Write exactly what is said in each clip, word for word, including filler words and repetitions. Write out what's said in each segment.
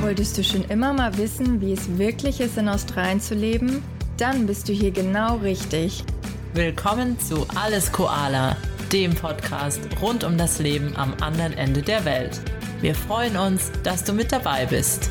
Wolltest du schon immer mal wissen, wie es wirklich ist, in Australien zu leben? Dann bist du hier genau richtig. Willkommen zu Alles Koala, dem Podcast rund um das Leben am anderen Ende der Welt. Wir freuen uns, dass du mit dabei bist.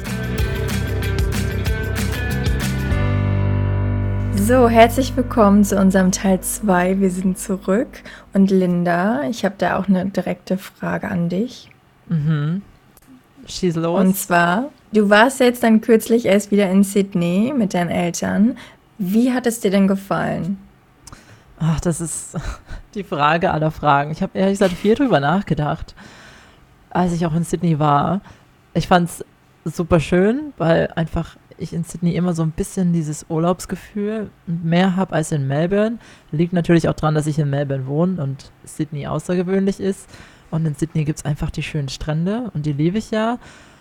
So, herzlich willkommen zu unserem Teil zwei. Wir sind zurück. Und Linda, ich habe da auch eine direkte Frage an dich. Mhm. Schieß los. Und zwar, du warst jetzt dann kürzlich erst wieder in Sydney mit deinen Eltern. Wie hat es dir denn gefallen? Ach, das ist die Frage aller Fragen. Ich habe ehrlich gesagt viel drüber nachgedacht, als ich auch in Sydney war. Ich fand es super schön, weil einfach ich in Sydney immer so ein bisschen dieses Urlaubsgefühl mehr habe als in Melbourne. Liegt natürlich auch daran, dass ich in Melbourne wohne und Sydney außergewöhnlich ist. Und in Sydney gibt es einfach die schönen Strände und die liebe ich ja.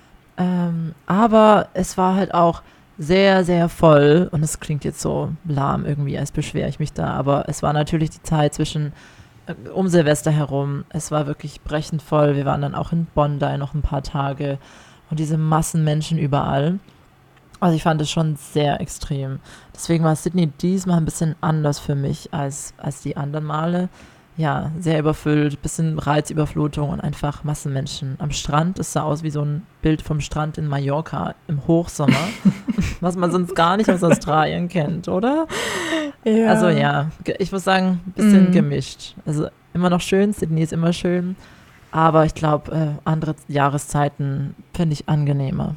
Ähm, aber es war halt auch sehr, sehr voll und es klingt jetzt so lahm irgendwie, als beschwere ich mich da. Aber es war natürlich die Zeit zwischen äh, um Silvester herum. Es war wirklich brechend voll. Wir waren dann auch in Bondi noch ein paar Tage und diese Massen Menschen überall. Also ich fand es schon sehr extrem. Deswegen war Sydney diesmal ein bisschen anders für mich als, als die anderen Male. Ja, sehr überfüllt, bisschen Reizüberflutung und einfach Massenmenschen. Am Strand, es sah aus wie so ein Bild vom Strand in Mallorca im Hochsommer, was man sonst gar nicht aus Australien kennt, oder? Ja. Also ja, ge- ich muss sagen, ein bisschen Mhm. gemischt. Also immer noch schön, Sydney ist immer schön, aber ich glaube, äh, andere Jahreszeiten finde ich angenehmer.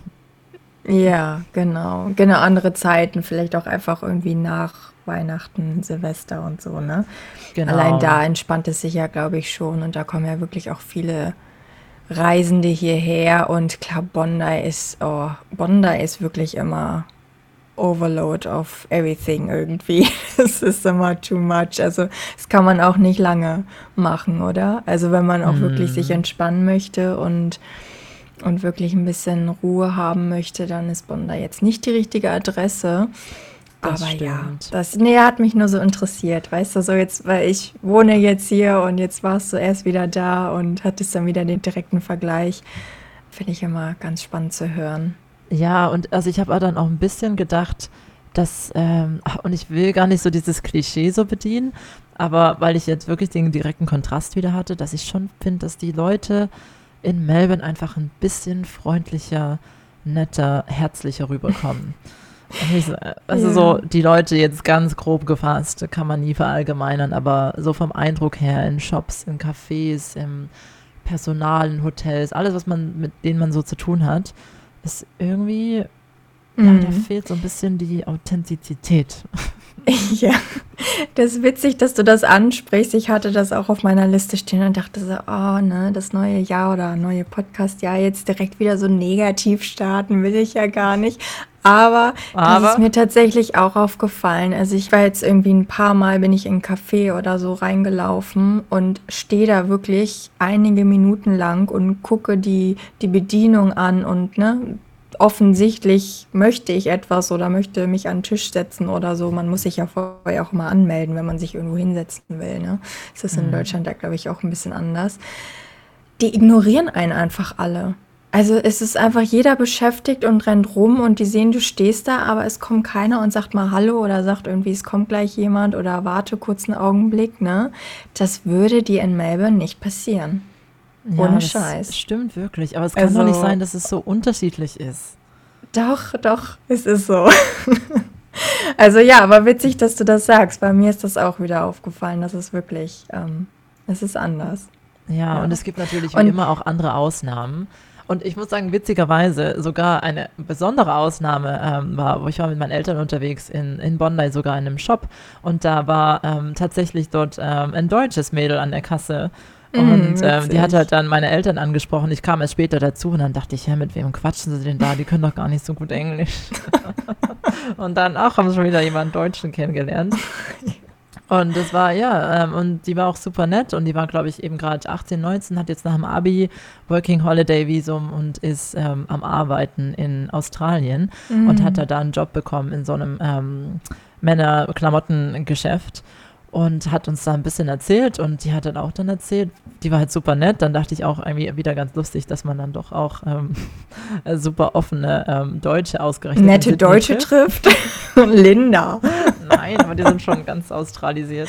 Ja, genau. Genau, andere Zeiten, vielleicht auch einfach irgendwie nach Weihnachten, Silvester und so, ne? Allein Genau. da entspannt es sich ja, glaube ich, schon. Und da kommen ja wirklich auch viele Reisende hierher. Und klar, Bondi ist, oh, Bondi ist wirklich immer Overload of everything irgendwie. Es ist immer too much. Also, das kann man auch nicht lange machen, oder? Also, wenn man auch wirklich sich Mm, entspannen möchte und und wirklich ein bisschen Ruhe haben möchte, dann ist Bonn da jetzt nicht die richtige Adresse. das Aber ja, stimmt. das nee, hat mich nur so interessiert, weißt du, so jetzt, weil ich wohne jetzt hier und jetzt warst du erst wieder da und hattest dann wieder den direkten Vergleich. Finde ich immer ganz spannend zu hören. Ja, und also ich habe dann auch ein bisschen gedacht, dass, ähm, ach, und ich will gar nicht so dieses Klischee so bedienen, aber weil ich jetzt wirklich den direkten Kontrast wieder hatte, dass ich schon finde, dass die Leute in Melbourne einfach ein bisschen freundlicher, netter, herzlicher rüberkommen. Und ich, so- also so Ja. die Leute jetzt ganz grob gefasst, kann man nie verallgemeinern, aber so vom Eindruck her in Shops, in Cafés, im Personal, in Hotels, alles, was man mit denen man so zu tun hat, ist irgendwie, ja, da Mhm. fehlt so ein bisschen die Authentizität. Ja, das ist witzig, dass du das ansprichst. Ich hatte das auch auf meiner Liste stehen und dachte so, oh, ne, das neue Jahr oder neue Podcast-Jahr jetzt direkt wieder so negativ starten, will ich ja gar nicht. Aber das ist Aber, mir tatsächlich auch aufgefallen. Also ich war jetzt irgendwie ein paar Mal, bin ich in ein Café oder so reingelaufen und stehe da wirklich einige Minuten lang und gucke die, die Bedienung an und ne, offensichtlich möchte ich etwas oder möchte mich an den Tisch setzen oder so. Man muss sich ja vorher auch immer anmelden, wenn man sich irgendwo hinsetzen will. Ne? Das ist in mm, Deutschland da, glaube ich, auch ein bisschen anders. Die ignorieren einen einfach alle. Also es ist einfach jeder beschäftigt und rennt rum und die sehen, du stehst da, aber es kommt keiner und sagt mal Hallo oder sagt irgendwie, es kommt gleich jemand oder warte kurz einen Augenblick. Ne? Das würde dir in Melbourne nicht passieren. ja, Ohne das Scheiß. stimmt wirklich. Aber es kann doch nicht Also sein, dass es so unterschiedlich ist. doch, doch, es ist so. Also ja, aber witzig, dass du das sagst. Bei mir ist das auch wieder aufgefallen. Das ist wirklich, ähm, es ist anders. Ja, und Ja. es gibt natürlich wie Und immer auch andere Ausnahmen. Und ich muss sagen, witzigerweise sogar eine besondere Ausnahme ähm, war, wo ich war mit meinen Eltern unterwegs in, in Bondi, sogar in einem Shop. Und da war ähm, tatsächlich dort ähm, ein deutsches Mädel an der Kasse. Und mm, ähm, die hat halt witzig. dann meine Eltern angesprochen. Ich kam erst später dazu und dann dachte ich, hä, mit wem quatschen sie denn da? Die können doch gar nicht so gut Englisch. Und dann auch haben sie schon wieder jemanden Deutschen kennengelernt. Und das war, ja, ähm, und die war auch super nett und die war, glaube ich, eben gerade achtzehn, neunzehn, hat jetzt nach dem Abi Working Holiday Visum und ist ähm, am Arbeiten in Australien und hat da Mm, da einen Job bekommen in so einem ähm, Männer-Klamottengeschäft. und hat uns da ein bisschen erzählt und die hat dann auch dann erzählt, die war halt super nett, dann dachte ich auch irgendwie wieder ganz lustig, dass man dann doch auch ähm, super offene ähm, Deutsche ausgerechnet Nette Deutsche trifft. Linda. Nein, aber die sind schon ganz australisiert.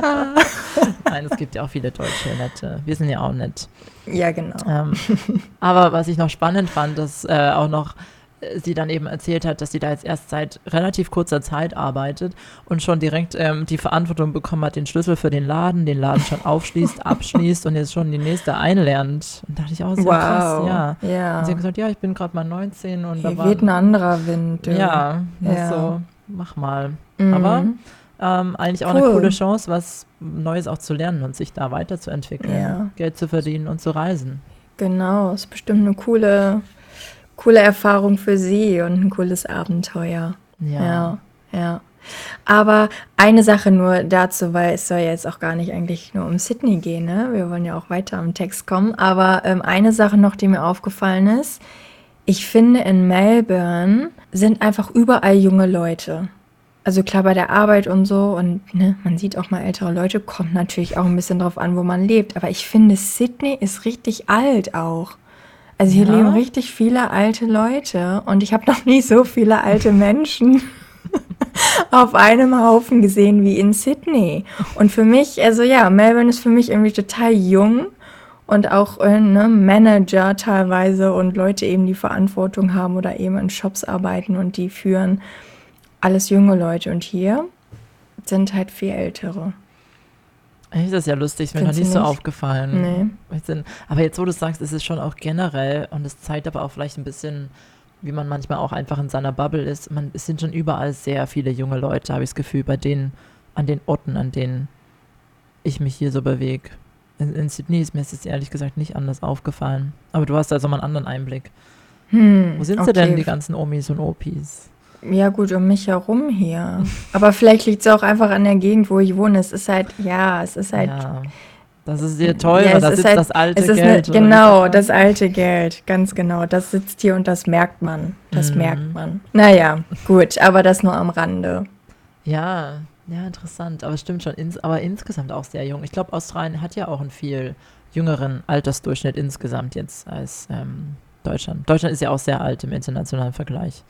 Nein, es gibt ja auch viele Deutsche nette, wir sind ja auch nett. Ja, genau. Ähm, aber was ich noch spannend fand, dass äh, auch noch sie dann eben erzählt hat, dass sie da jetzt erst seit relativ kurzer Zeit arbeitet und schon direkt ähm, die Verantwortung bekommen hat, den Schlüssel für den Laden, den Laden schon aufschließt, abschließt und jetzt schon die nächste einlernt. Und dachte ich auch, sehr wow. krass, ja. ja. Und sie hat gesagt, ja, ich bin gerade mal neunzehn und Hier da war, weht ein anderer Wind. Du. Ja, ja. so, mach mal. Mhm. Aber ähm, eigentlich auch cool. eine coole Chance, was Neues auch zu lernen und sich da weiterzuentwickeln, ja. Geld zu verdienen und zu reisen. Genau, ist bestimmt eine coole Coole Erfahrung für sie und ein cooles Abenteuer. Ja. ja, ja. Aber eine Sache nur dazu, weil es soll ja jetzt auch gar nicht eigentlich nur um Sydney gehen, ne? Wir wollen ja auch weiter am Text kommen. Aber ähm, eine Sache noch, die mir aufgefallen ist, ich finde in Melbourne sind einfach überall junge Leute. Also klar bei der Arbeit und so und ne, man sieht auch mal ältere Leute, kommt natürlich auch ein bisschen drauf an, wo man lebt. Aber ich finde, Sydney ist richtig alt auch. Also hier Ja. leben richtig viele alte Leute und ich habe noch nie so viele alte Menschen auf einem Haufen gesehen wie in Sydney. Und für mich, also ja, Melbourne ist für mich irgendwie total jung und auch äh, ne, Manager teilweise und Leute eben, die Verantwortung haben oder eben in Shops arbeiten und die führen. Alles junge Leute und hier sind halt viel ältere. Eigentlich ist das ja lustig, ist mir noch Findest nicht du so nicht? aufgefallen. Nee. Ich bin- Aber jetzt, wo du es sagst, ist es schon auch generell und es zeigt aber auch vielleicht ein bisschen, wie man manchmal auch einfach in seiner Bubble ist. Man, es sind schon überall sehr viele junge Leute, habe ich das Gefühl, bei denen, an den Orten, an denen ich mich hier so bewege. In, in Sydney ist mir jetzt ehrlich gesagt nicht anders aufgefallen. Aber du hast also mal einen anderen Einblick. Hm, Wo sind sie okay. denn, die ganzen Omis und Opis? Ja gut, um mich herum hier. Aber vielleicht liegt es auch einfach an der Gegend, wo ich wohne. Es ist halt, ja, es ist halt... Ja, das ist sehr toll, Ja, weil es da ist sitzt halt- das alte es ist Geld. ne, oder wie genau, sagt man? das alte Geld, ganz genau. Das sitzt hier und das merkt man. Das Mhm. merkt man. Naja, gut, aber das nur am Rande. Ja, ja, interessant. Aber es stimmt schon, ins, aber insgesamt auch sehr jung. Ich glaube, Australien hat ja auch einen viel jüngeren Altersdurchschnitt insgesamt jetzt als ähm, Deutschland. Deutschland ist ja auch sehr alt im internationalen Vergleich.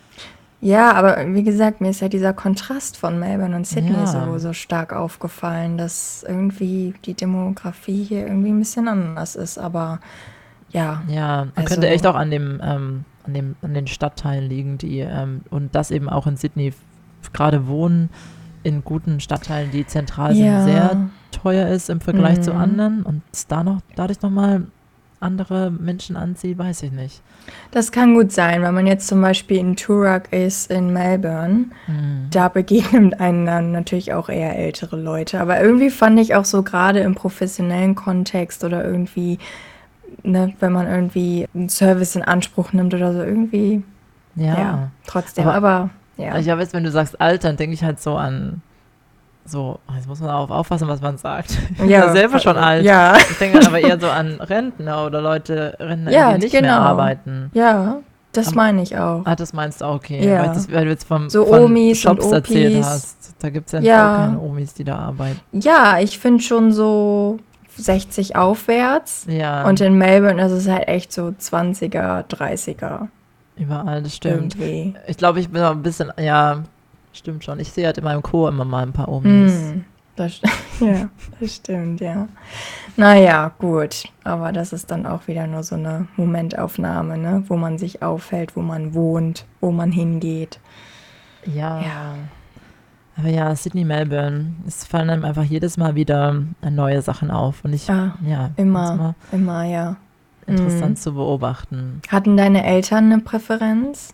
Ja, aber wie gesagt, mir ist ja dieser Kontrast von Melbourne und Sydney Ja. so, so stark aufgefallen, dass irgendwie die Demografie hier irgendwie ein bisschen anders ist. Aber ja, Ja, man Also- könnte echt auch an dem, ähm, an dem, an den Stadtteilen liegen, die ähm, und das eben auch in Sydney f- gerade wohnen in guten Stadtteilen, die zentral sind, ja. sehr teuer ist im Vergleich zu Mhm. anderen und es da noch dadurch nochmal andere Menschen anzieht, weiß ich nicht. Das kann gut sein, wenn man jetzt zum Beispiel in Toorak ist in Melbourne. Hm. Da begegnen einem dann natürlich auch eher ältere Leute. Aber irgendwie fand ich auch so gerade im professionellen Kontext oder irgendwie, ne, wenn man irgendwie einen Service in Anspruch nimmt oder so, irgendwie, ja, Ja. trotzdem. Aber- Aber, ja. Ich habe jetzt, wenn du sagst Alter, dann denke ich halt so an so, jetzt muss man auch aufpassen, was man sagt. Ich bin ja selber schon alt. Ja, Ich denke aber eher so an Rentner oder Leute, Rentner, Ja, die nicht mehr genau. arbeiten. ja, das Am- meine ich auch. Ah, das meinst du auch, okay. Ja. Weil, das, weil du jetzt vom, So von Omis und Shops erzählt Opis. hast. Da gibt es ja, Ja. auch keine Omis, die da arbeiten. Ja, ich finde schon so sechzig aufwärts. Ja, Und in Melbourne ist es halt echt so zwanziger, dreißiger überall, das stimmt. irgendwie. Ich glaube, ich bin auch ein bisschen, ja, stimmt schon. Ich sehe halt in meinem Chor immer mal ein paar Omis. Hm, das, st- ja, das stimmt, ja. Naja, gut. Aber das ist dann auch wieder nur so eine Momentaufnahme, ne? Wo man sich aufhält, wo man wohnt, wo man hingeht. Ja. Ja. Aber ja, Sydney, Melbourne, es fallen einem einfach jedes Mal wieder neue Sachen auf. Und ich, Ja, ja, immer. ist immer Immer, ja. interessant Mhm. zu beobachten. Hatten deine Eltern eine Präferenz?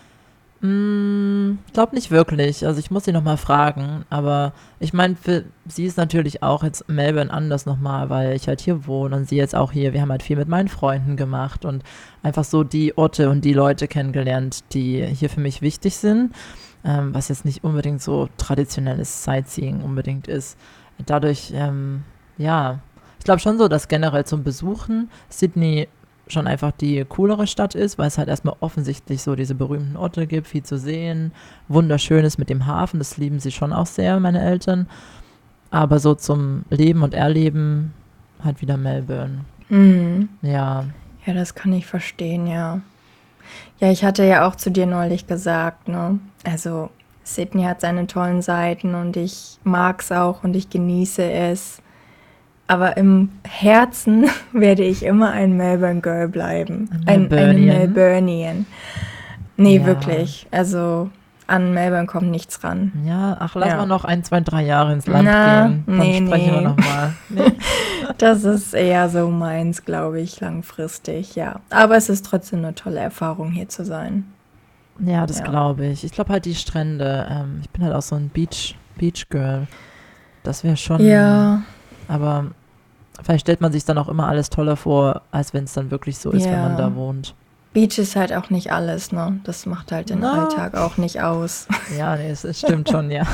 Mm, Ich glaube nicht wirklich. Also ich muss sie nochmal fragen. Aber ich meine, für sie ist natürlich auch jetzt Melbourne anders nochmal, weil ich halt hier wohne und sie jetzt auch hier. Wir haben halt viel mit meinen Freunden gemacht und einfach so die Orte und die Leute kennengelernt, die hier für mich wichtig sind. Ähm, was jetzt nicht unbedingt so traditionelles Sightseeing unbedingt ist. Dadurch, ähm, ja, ich glaube schon so, dass generell zum Besuchen Sydney schon einfach die coolere Stadt ist, weil es halt erstmal offensichtlich so diese berühmten Orte gibt, viel zu sehen, wunderschönes mit dem Hafen, das lieben sie schon auch sehr, meine Eltern. aber so zum Leben und Erleben halt wieder Melbourne. Mhm. Ja, Ja, das kann ich verstehen, ja. Ja, ich hatte ja auch zu dir neulich gesagt, ne? Also Sydney hat seine tollen Seiten und ich mag's auch und ich genieße es. Aber im Herzen werde ich immer ein Melbourne Girl bleiben. Ein Ein, eine Melburnian. Melburnian. Nee, Ja. wirklich. Also an Melbourne kommt nichts ran. Ja, ach, lass Ja. mal noch ein, zwei, drei Jahre ins Land Na, gehen. Dann nee, sprechen wir nee. nochmal. Nee. Das ist eher so meins, glaube ich, langfristig, ja. Aber es ist trotzdem eine tolle Erfahrung, hier zu sein. Ja, das Ja. glaube ich. Ich glaube halt die Strände. Ähm, ich bin halt auch so ein Beach, Beach Girl. Das wäre schon. Ja, Aber vielleicht stellt man sich dann auch immer alles toller vor, als wenn es dann wirklich so ist, wenn man Ja. da wohnt. Beach ist halt auch nicht alles, ne? Das macht halt den Na. Alltag auch nicht aus. Ja, nee, es, es stimmt schon, ja.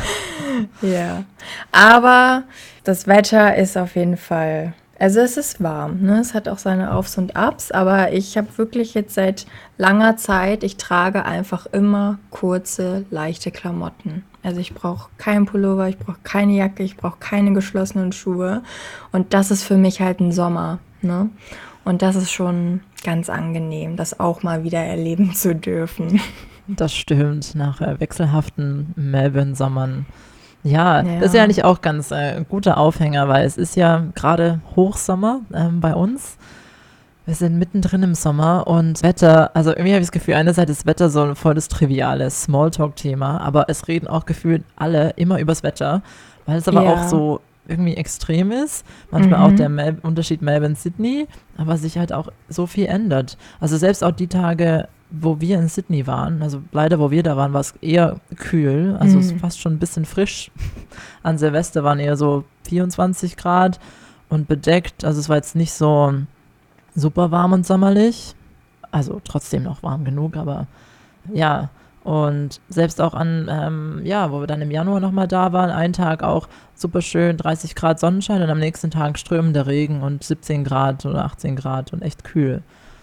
Ja. Aber das Wetter ist auf jeden Fall, also es ist warm, ne? Es hat auch seine Aufs und Abs, aber ich habe wirklich jetzt seit langer Zeit, ich trage einfach immer kurze, leichte Klamotten. Also ich brauche keinen Pullover, ich brauche keine Jacke, ich brauche keine geschlossenen Schuhe. Und das ist für mich halt ein Sommer, ne? Und das ist schon ganz angenehm, das auch mal wieder erleben zu dürfen. Das stimmt, nach äh, wechselhaften Melbourne-Sommern. Ja, Ja. das ist ja eigentlich auch ganz äh, guter Aufhänger, weil es ist ja gerade Hochsommer ähm, bei uns. Wir sind mittendrin im Sommer und Wetter, also irgendwie habe ich das Gefühl, einerseits ist Wetter so ein volles triviales Smalltalk-Thema, aber es reden auch gefühlt alle immer übers Wetter, weil es aber Ja. auch so irgendwie extrem ist. Manchmal auch Mhm. der Mel Unterschied Melbourne-Sydney, aber sich halt auch so viel ändert. Also selbst auch die Tage, wo wir in Sydney waren, also leider, wo wir da waren, war es eher kühl, also es ist Mhm. fast schon ein bisschen frisch. An Silvester waren eher so vierundzwanzig Grad und bedeckt, also es war jetzt nicht so super warm und sommerlich, also trotzdem noch warm genug, aber ja, und selbst auch an, ähm, ja, wo wir dann im Januar nochmal da waren, einen Tag auch super schön, dreißig Grad Sonnenschein und am nächsten Tag strömender Regen und siebzehn Grad oder achtzehn Grad und echt kühl.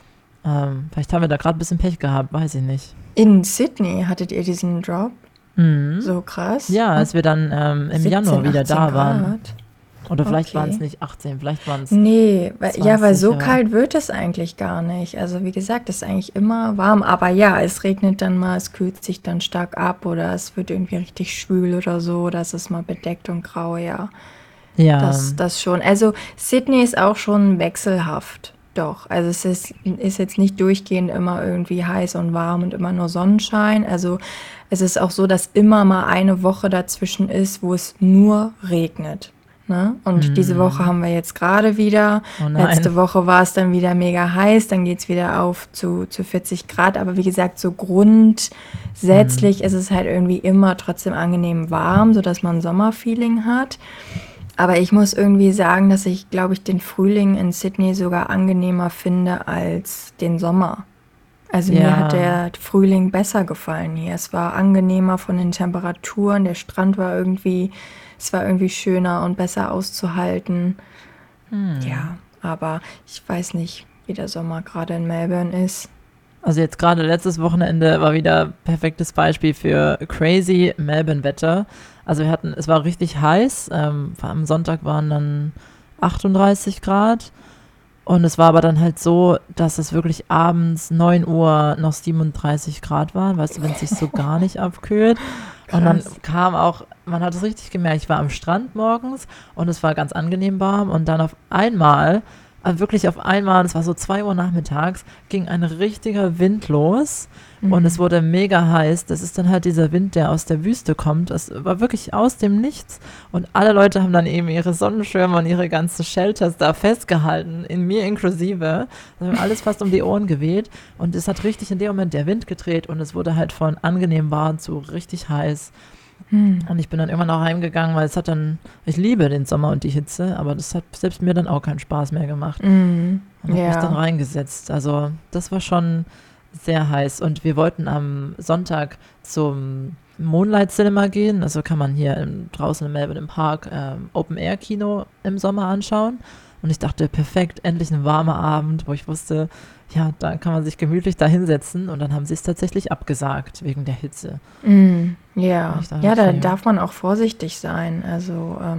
Ähm, vielleicht haben wir da gerade ein bisschen Pech gehabt, weiß ich nicht. In Sydney hattet ihr diesen Drop? Mhm. So krass. Ja, als wir dann ähm, im siebzehn, Januar wieder da achtzehn waren. Grad. Oder vielleicht Okay. waren es nicht achtzehn, vielleicht waren es Nee, weil, ja, weil so zwanzig, ja. kalt wird es eigentlich gar nicht. Also wie gesagt, es ist eigentlich immer warm. Aber ja, es regnet dann mal, es kühlt sich dann stark ab oder es wird irgendwie richtig schwül oder so. Oder es ist mal bedeckt und grau, ja. ja. Das, das schon. Also Sydney ist auch schon wechselhaft. Doch. Also es ist, ist jetzt nicht durchgehend immer irgendwie heiß und warm und immer nur Sonnenschein. Also es ist auch so, dass immer mal eine Woche dazwischen ist, wo es nur regnet. Ne? Und diese Woche haben wir jetzt gerade wieder. Oh nein. Letzte Woche war es dann wieder mega heiß, dann geht es wieder auf zu, zu vierzig Grad. Aber wie gesagt, so grundsätzlich ist es halt irgendwie immer trotzdem angenehm warm, sodass man ein Sommerfeeling hat. Aber ich muss irgendwie sagen, dass ich, glaube ich, den Frühling in Sydney sogar angenehmer finde als den Sommer. Also Ja. mir hat der Frühling besser gefallen hier. Es war angenehmer von den Temperaturen, der Strand war irgendwie, es war irgendwie schöner und besser auszuhalten. Hm. Ja, aber ich weiß nicht, wie der Sommer gerade in Melbourne ist. Also jetzt gerade letztes Wochenende war wieder perfektes Beispiel für crazy Melbourne-Wetter. Also wir hatten, es war richtig heiß. Ähm, am Sonntag waren dann achtunddreißig Grad. Und es war aber dann halt so, dass es wirklich abends neun Uhr noch siebenunddreißig Grad waren, weißt du, wenn es sich so gar nicht abkühlt. Und dann Krass. kam auch, man hat es richtig gemerkt, ich war am Strand morgens und es war ganz angenehm warm und dann auf einmal, also wirklich auf einmal, es war so zwei Uhr nachmittags, ging ein richtiger Wind los und es wurde mega heiß. Das ist dann halt dieser Wind, der aus der Wüste kommt. Es war wirklich aus dem Nichts und alle Leute haben dann eben ihre Sonnenschirme und ihre ganzen Shelters da festgehalten, in mir inklusive. Wir haben alles fast um die Ohren geweht und es hat richtig in dem Moment der Wind gedreht und es wurde halt von angenehm warm zu richtig heiß. Hm. Und ich bin dann immer noch heimgegangen, weil es hat dann, ich liebe den Sommer und die Hitze, aber das hat selbst mir dann auch keinen Spaß mehr gemacht. Mm, Und habe mich dann ja. reingesetzt. Also das war schon sehr heiß. Und wir wollten am Sonntag zum Moonlight Cinema gehen. Also kann man hier im, draußen in Melbourne im Park ähm, Open-Air-Kino im Sommer anschauen. Und ich dachte, perfekt, endlich ein warmer Abend, wo ich wusste, ja, da kann man sich gemütlich da hinsetzen. Und dann haben sie es tatsächlich abgesagt, wegen der Hitze. Mm, ja, Ich dachte, ja, da okay. darf man auch vorsichtig sein. Also, ähm,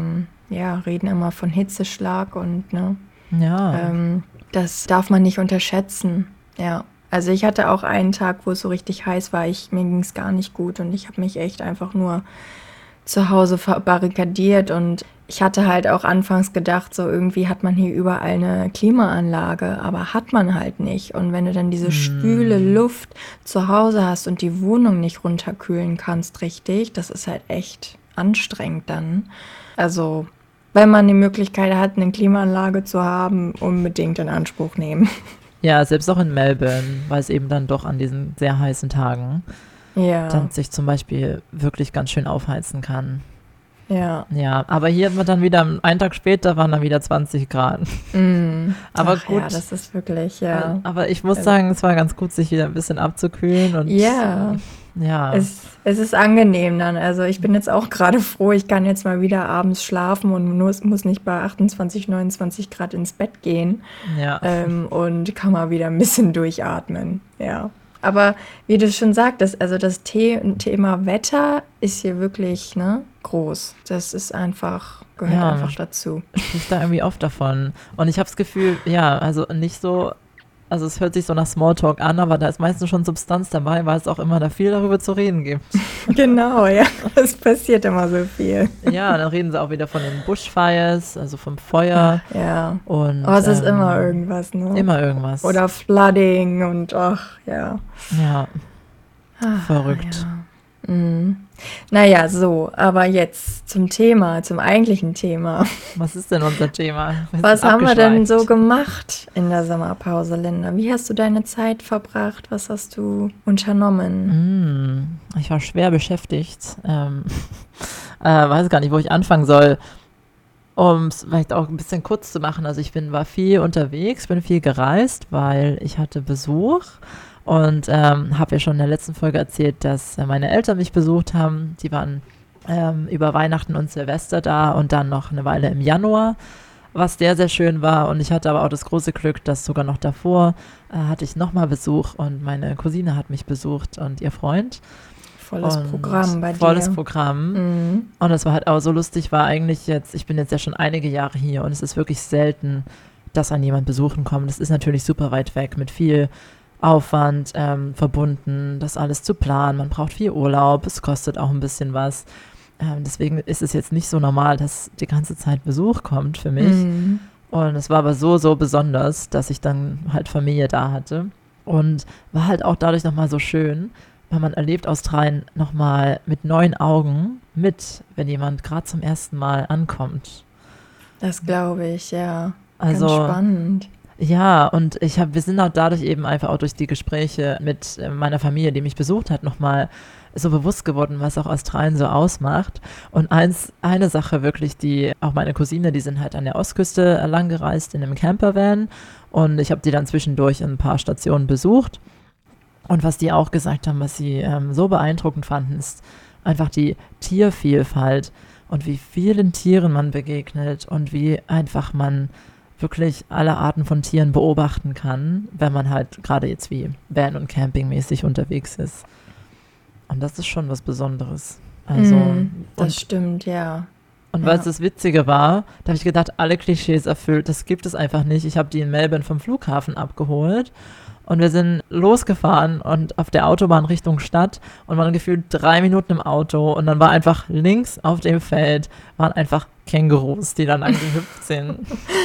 ja, reden immer von Hitzeschlag und ne, Ja. ähm, das darf man nicht unterschätzen. Ja, also ich hatte auch einen Tag, wo es so richtig heiß war. Ich, mir ging es gar nicht gut und ich habe mich echt einfach nur zu Hause verbarrikadiert und ich hatte halt auch anfangs gedacht, so irgendwie hat man hier überall eine Klimaanlage, aber hat man halt nicht. Und wenn du dann diese schwüle Luft zu Hause hast und die Wohnung nicht runterkühlen kannst richtig, das ist halt echt anstrengend dann. Also, wenn man die Möglichkeit hat, eine Klimaanlage zu haben, unbedingt in Anspruch nehmen. Ja, selbst auch in Melbourne, weil es eben dann doch an diesen sehr heißen Tagen Ja, dann sich zum Beispiel wirklich ganz schön aufheizen kann. ja. Ja, aber hier hatten wir dann wieder, einen Tag später waren dann wieder zwanzig Grad. Mm. Aber Ach gut. Ja, das ist wirklich, ja. Aber ich muss Also- sagen, es war ganz gut, sich wieder ein bisschen abzukühlen und Ja. ja. Es, es ist angenehm dann. Also ich bin jetzt auch gerade froh, ich kann jetzt mal wieder abends schlafen und muss, muss nicht bei achtundzwanzig, neunundzwanzig Grad ins Bett gehen ja. ähm, und kann mal wieder ein bisschen durchatmen. Ja. Aber wie du schon sagtest, also das The Thema Wetter ist hier wirklich ne, groß. Das ist einfach, gehört Ja. einfach dazu. Spricht da irgendwie oft davon. Und ich habe das Gefühl, ja, also nicht so, also es hört sich so nach Smalltalk an, aber da ist meistens schon Substanz dabei, weil es auch immer da viel darüber zu reden gibt. Genau, ja. Es passiert immer so viel. Ja, dann reden sie auch wieder von den Bushfires, also vom Feuer. Ja. Und, Aber es ist ähm, immer irgendwas, ne? Immer irgendwas. Oder Flooding und ach, ja. Ja, Ach, verrückt. Ja. Mhm. Naja, so, aber jetzt zum Thema, zum eigentlichen Thema. Was ist denn unser Thema? Wir Was sind haben wir denn so abgeschweift. gemacht in der Sommerpause, Linda? Wie hast du deine Zeit verbracht? Was hast du unternommen? Mm, ich war schwer beschäftigt. Ähm, äh, weiß gar nicht, wo ich anfangen soll. Um es vielleicht auch ein bisschen kurz zu machen. Also ich bin, war viel unterwegs, bin viel gereist, weil ich hatte Besuch. Und ähm, habe ja schon in der letzten Folge erzählt, dass äh, meine Eltern mich besucht haben. Die waren ähm, über Weihnachten und Silvester da und dann noch eine Weile im Januar, was sehr, sehr schön war. Und ich hatte aber auch das große Glück, dass sogar noch davor äh, hatte ich nochmal Besuch und meine Cousine hat mich besucht und ihr Freund. Volles Und Programm bei dir. Volles Programm. Mhm. Und das war halt auch so lustig, war eigentlich jetzt, ich bin jetzt ja schon einige Jahre hier und es ist wirklich selten, dass an jemand besuchen kommt. Das ist natürlich super weit weg mit viel Aufwand ähm, verbunden, das alles zu planen. Man braucht viel Urlaub, es kostet auch ein bisschen was. Ähm, deswegen ist es jetzt nicht so normal, dass die ganze Zeit Besuch kommt für mich. Mhm. Und es war aber so, so besonders, dass ich dann halt Familie da hatte. Und war halt auch dadurch nochmal so schön, weil man erlebt Australien nochmal mit neuen Augen mit, wenn jemand gerade zum ersten Mal ankommt. Das glaube ich, ja. Also, Ganz spannend. ja, und ich habe, wir sind auch dadurch eben einfach auch durch die Gespräche mit äh, meiner Familie, die mich besucht hat, nochmal so bewusst geworden, was auch Australien so ausmacht. Und eins, eine Sache wirklich, die auch meine Cousine, die sind halt an der Ostküste lang gereist in einem Campervan und ich habe die dann zwischendurch in ein paar Stationen besucht. Und was die auch gesagt haben, was sie ähm, so beeindruckend fanden, ist einfach die Tiervielfalt und wie vielen Tieren man begegnet und wie einfach man wirklich alle Arten von Tieren beobachten kann, wenn man halt gerade jetzt wie Van- und Campingmäßig unterwegs ist. Und das ist schon was Besonderes. Also, Mhm, das und, stimmt, ja. und ja. weil es das Witzige war, da habe ich gedacht, alle Klischees erfüllt, das gibt es einfach nicht. Ich habe die in Melbourne vom Flughafen abgeholt und wir sind losgefahren und auf der Autobahn Richtung Stadt und waren gefühlt drei Minuten im Auto und dann war einfach links auf dem Feld waren einfach Kängurus, die dann angehüpft sind.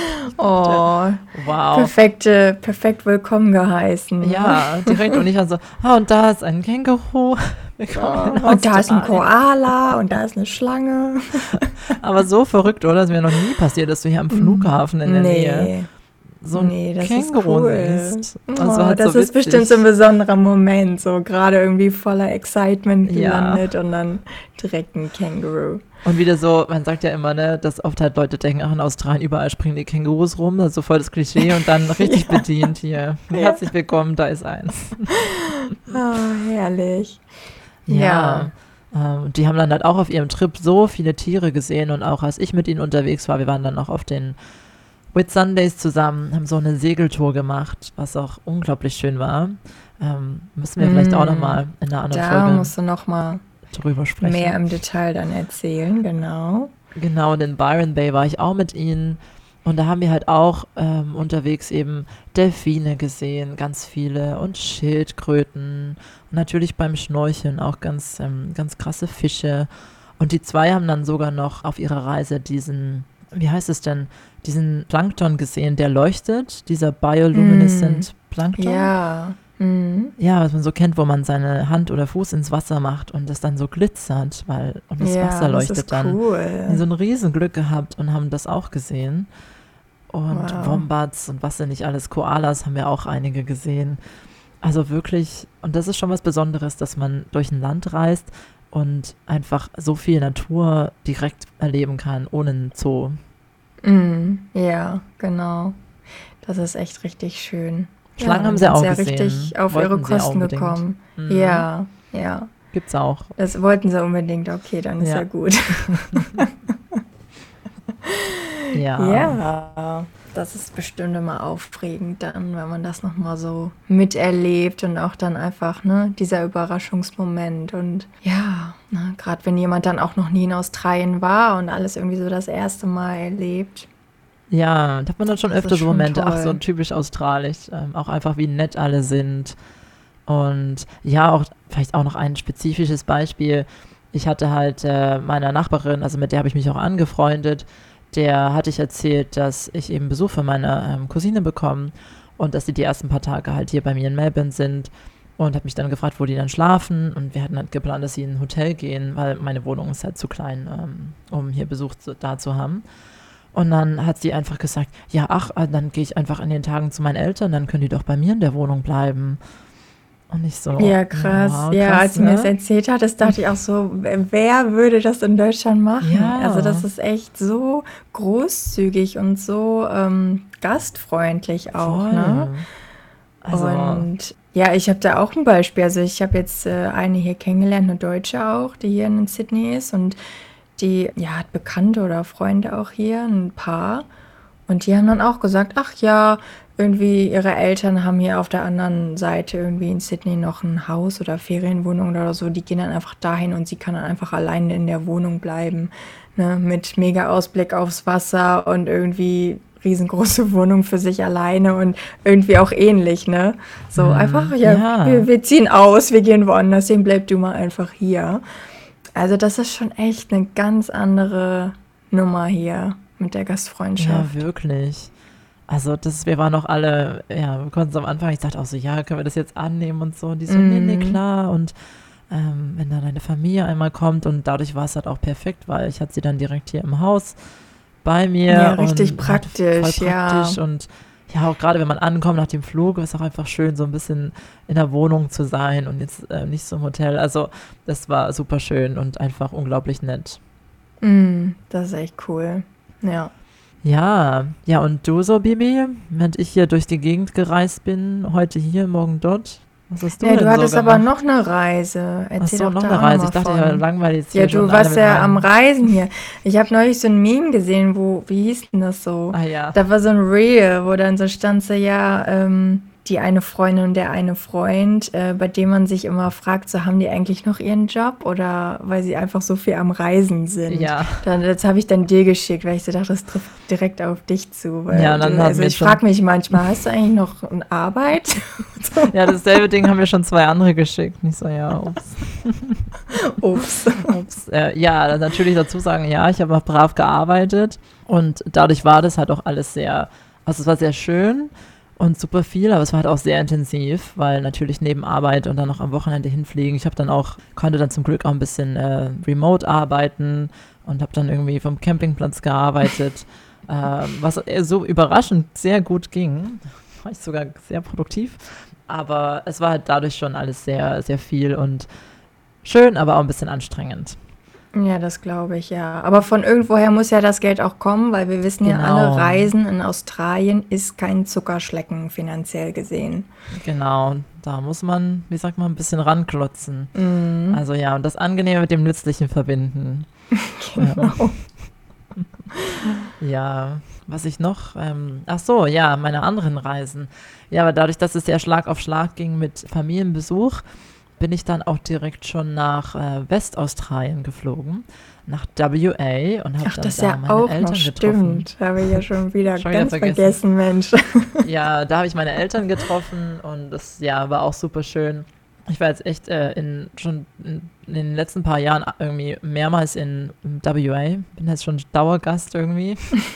Oh, Wow. perfekte, perfekt willkommen geheißen. ne? Ja, direkt und ich war so, ah, und da ist ein Känguru. Willkommen in Oh, und da ist ein Australien. Koala und da ist eine Schlange. Aber so verrückt, oder? Das ist mir noch nie passiert, dass du hier am Flughafen in der Nähe so ein nee, das Känguru ist cool. siehst. Oh, Das war halt das so ist witzig. bestimmt so ein besonderer Moment, so gerade irgendwie voller Excitement Ja. gelandet und dann direkt ein Känguru. Und wieder so, man sagt ja immer, ne, dass oft halt Leute denken, ach, in Australien überall springen die Kängurus rum, das ist so voll das Klischee und dann richtig Ja. bedient hier. Ja. Herzlich willkommen, da ist eins. Oh, herrlich. Ja. Ähm, die haben dann halt auch auf ihrem Trip so viele Tiere gesehen und auch als ich mit ihnen unterwegs war, wir waren dann auch auf den Whitsundays zusammen, haben so eine Segeltour gemacht, was auch unglaublich schön war. Ähm, müssen wir vielleicht auch Mm. nochmal in einer anderen Da Folge musst du noch mal drüber sprechen. mehr im Detail dann erzählen, genau. Genau, und in Byron Bay war ich auch mit ihnen. Und da haben wir halt auch ähm, unterwegs eben Delfine gesehen, ganz viele und Schildkröten. Und natürlich beim Schnorcheln auch ganz, ähm, ganz krasse Fische. Und die zwei haben dann sogar noch auf ihrer Reise diesen, wie heißt es denn, diesen Plankton gesehen, der leuchtet, dieser bioluminescent Plankton. Ja. Mhm. Ja, was man so kennt, wo man seine Hand oder Fuß ins Wasser macht und das dann so glitzert, weil und das Ja, Wasser das leuchtet ist dann. cool. Wir haben so ein Riesenglück gehabt und haben das auch gesehen. Und Wow. Wombats und was denn nicht alles, Koalas haben wir auch einige gesehen. Also wirklich, und das ist schon was Besonderes, dass man durch ein Land reist und einfach so viel Natur direkt erleben kann, ohne einen Zoo. Mhm. Ja, genau. Das ist echt richtig schön. Schlangen Ja, haben dann sie sind auch sie ja gesehen. richtig auf Wollten ihre sie Kosten unbedingt. gekommen. Mhm. Ja, ja. Gibt's auch. Das wollten sie unbedingt. Okay, dann ist Ja. ja gut. Ja. Ja, das ist bestimmt immer aufregend dann, wenn man das nochmal so miterlebt und auch dann einfach, ne, dieser Überraschungsmoment und ja, ne, gerade wenn jemand dann auch noch nie in Australien war und alles irgendwie so das erste Mal erlebt. Ja, da hat man dann schon Das öfter ist so schon Momente, ach, so toll. typisch australisch, ähm, auch einfach wie nett alle sind. Und ja, auch vielleicht auch noch ein spezifisches Beispiel. Ich hatte halt äh, meiner Nachbarin, also mit der habe ich mich auch angefreundet, der hatte ich erzählt, dass ich eben Besuch von meiner ähm, Cousine bekomme und dass sie die ersten paar Tage halt hier bei mir in Melbourne sind und habe mich dann gefragt, wo die dann schlafen und wir hatten halt geplant, dass sie in ein Hotel gehen, weil meine Wohnung ist halt zu klein, ähm, um hier Besuch zu, da zu haben. Und dann hat sie einfach gesagt, ja, ach, äh, dann gehe ich einfach an den Tagen zu meinen Eltern, dann können die doch bei mir in der Wohnung bleiben. Und ich so, Ja, krass. ja, Ja, krass, als du mir das ne? erzählt hattest, dachte ich auch so, wer würde das in Deutschland machen? Ja. Also das ist echt so großzügig und so ähm, gastfreundlich auch, Voll. ne? Also, Und ja, ich habe da auch ein Beispiel. Also ich habe jetzt äh, eine hier kennengelernt, eine Deutsche auch, die hier in Sydney ist und die ja, hat Bekannte oder Freunde auch hier, ein Paar. Und die haben dann auch gesagt, ach ja, irgendwie ihre Eltern haben hier auf der anderen Seite irgendwie in Sydney noch ein Haus oder Ferienwohnung oder so. Die gehen dann einfach dahin und sie kann dann einfach alleine in der Wohnung bleiben, ne, mit mega Ausblick aufs Wasser und irgendwie riesengroße Wohnung für sich alleine und irgendwie auch ähnlich, ne? So Mhm. einfach, ja, Ja. Wir, wir ziehen aus, wir gehen woanders hin, bleib du mal einfach hier. Also das ist schon echt eine ganz andere Nummer hier mit der Ja, Gastfreundschaft. wirklich. Also das, wir waren auch alle, ja, wir konnten es am Anfang, ich dachte auch so, ja, können wir das jetzt annehmen und so. Und die so, nee, nee, Mhm. klar. Und ähm, wenn dann eine Familie einmal kommt und dadurch war es halt auch perfekt, weil ich hatte sie dann direkt hier im Haus bei mir. Ja, richtig und halt praktisch, voll ja. praktisch und ja, auch gerade wenn man ankommt nach dem Flug, ist auch einfach schön, so ein bisschen in der Wohnung zu sein und jetzt äh, nicht so im Hotel. Also das war super schön und einfach unglaublich nett. Mm, das ist echt cool. Ja. Ja, ja, und du so, Bibi, während ich hier durch die Gegend gereist bin, heute hier, morgen dort, was hast du Ja, denn du hattest so aber gemacht? noch eine Reise. Ach Erzähl so, doch noch da eine auch Reise. noch Ich mal dachte ja, von. langweilig jetzt Ja, hier schon du alle warst mit ja am meinen. Reisen hier. Ich habe neulich so ein Meme gesehen, wo, wie hieß denn das so? Ah ja, Da war so ein Reel, wo dann so stand so, ja, ähm, die eine Freundin und der eine Freund, äh, bei dem man sich immer fragt, so haben die eigentlich noch ihren Job oder weil sie einfach so viel am Reisen sind. ja, Dann, das habe ich dann dir geschickt, weil ich so dachte, das trifft direkt auf dich zu. Weil ja, und dann du, hatten also wir ich schon, frage mich manchmal, hast du eigentlich noch eine Arbeit? ja, dasselbe Ding haben wir schon zwei andere geschickt. Nicht so, ja, ups, Ups. ups. Äh, ja, dann natürlich dazu sagen, ja, ich habe auch brav gearbeitet und dadurch war das halt auch alles sehr, also es war sehr schön und super viel, aber es war halt auch sehr intensiv, weil natürlich neben Arbeit und dann noch am Wochenende hinfliegen. Ich habe dann auch, konnte dann zum Glück auch ein bisschen äh, remote arbeiten und habe dann irgendwie vom Campingplatz gearbeitet, ähm, was äh, so überraschend sehr gut ging. War ich sogar sehr produktiv, aber es war halt dadurch schon alles sehr, sehr viel und schön, aber auch ein bisschen anstrengend. Ja, das glaube ich, ja. Aber von irgendwoher muss ja das Geld auch kommen, weil wir wissen ja alle, Genau, Reisen in Australien ist kein Zuckerschlecken finanziell gesehen. genau. Da muss man, wie sagt man, ein bisschen ranklotzen. Mhm. Also ja, und das Angenehme mit dem Nützlichen verbinden. Ja. Genau. Ja, was ich noch, ähm, ach so, ja, meine anderen Reisen. Ja, aber dadurch, dass es ja Schlag auf Schlag ging mit Familienbesuch, bin ich dann auch direkt schon nach äh, Westaustralien geflogen, nach W A und habe Ach, dann das da ja meine auch Eltern noch getroffen. stimmt. Habe ich ja schon wieder Schon wieder ganz vergessen. vergessen, Mensch. Ja, da habe ich meine Eltern getroffen und das ja, war auch super schön. Ich war jetzt echt äh, in, schon in, in den letzten paar Jahren irgendwie mehrmals in W A. Bin jetzt schon Dauergast irgendwie.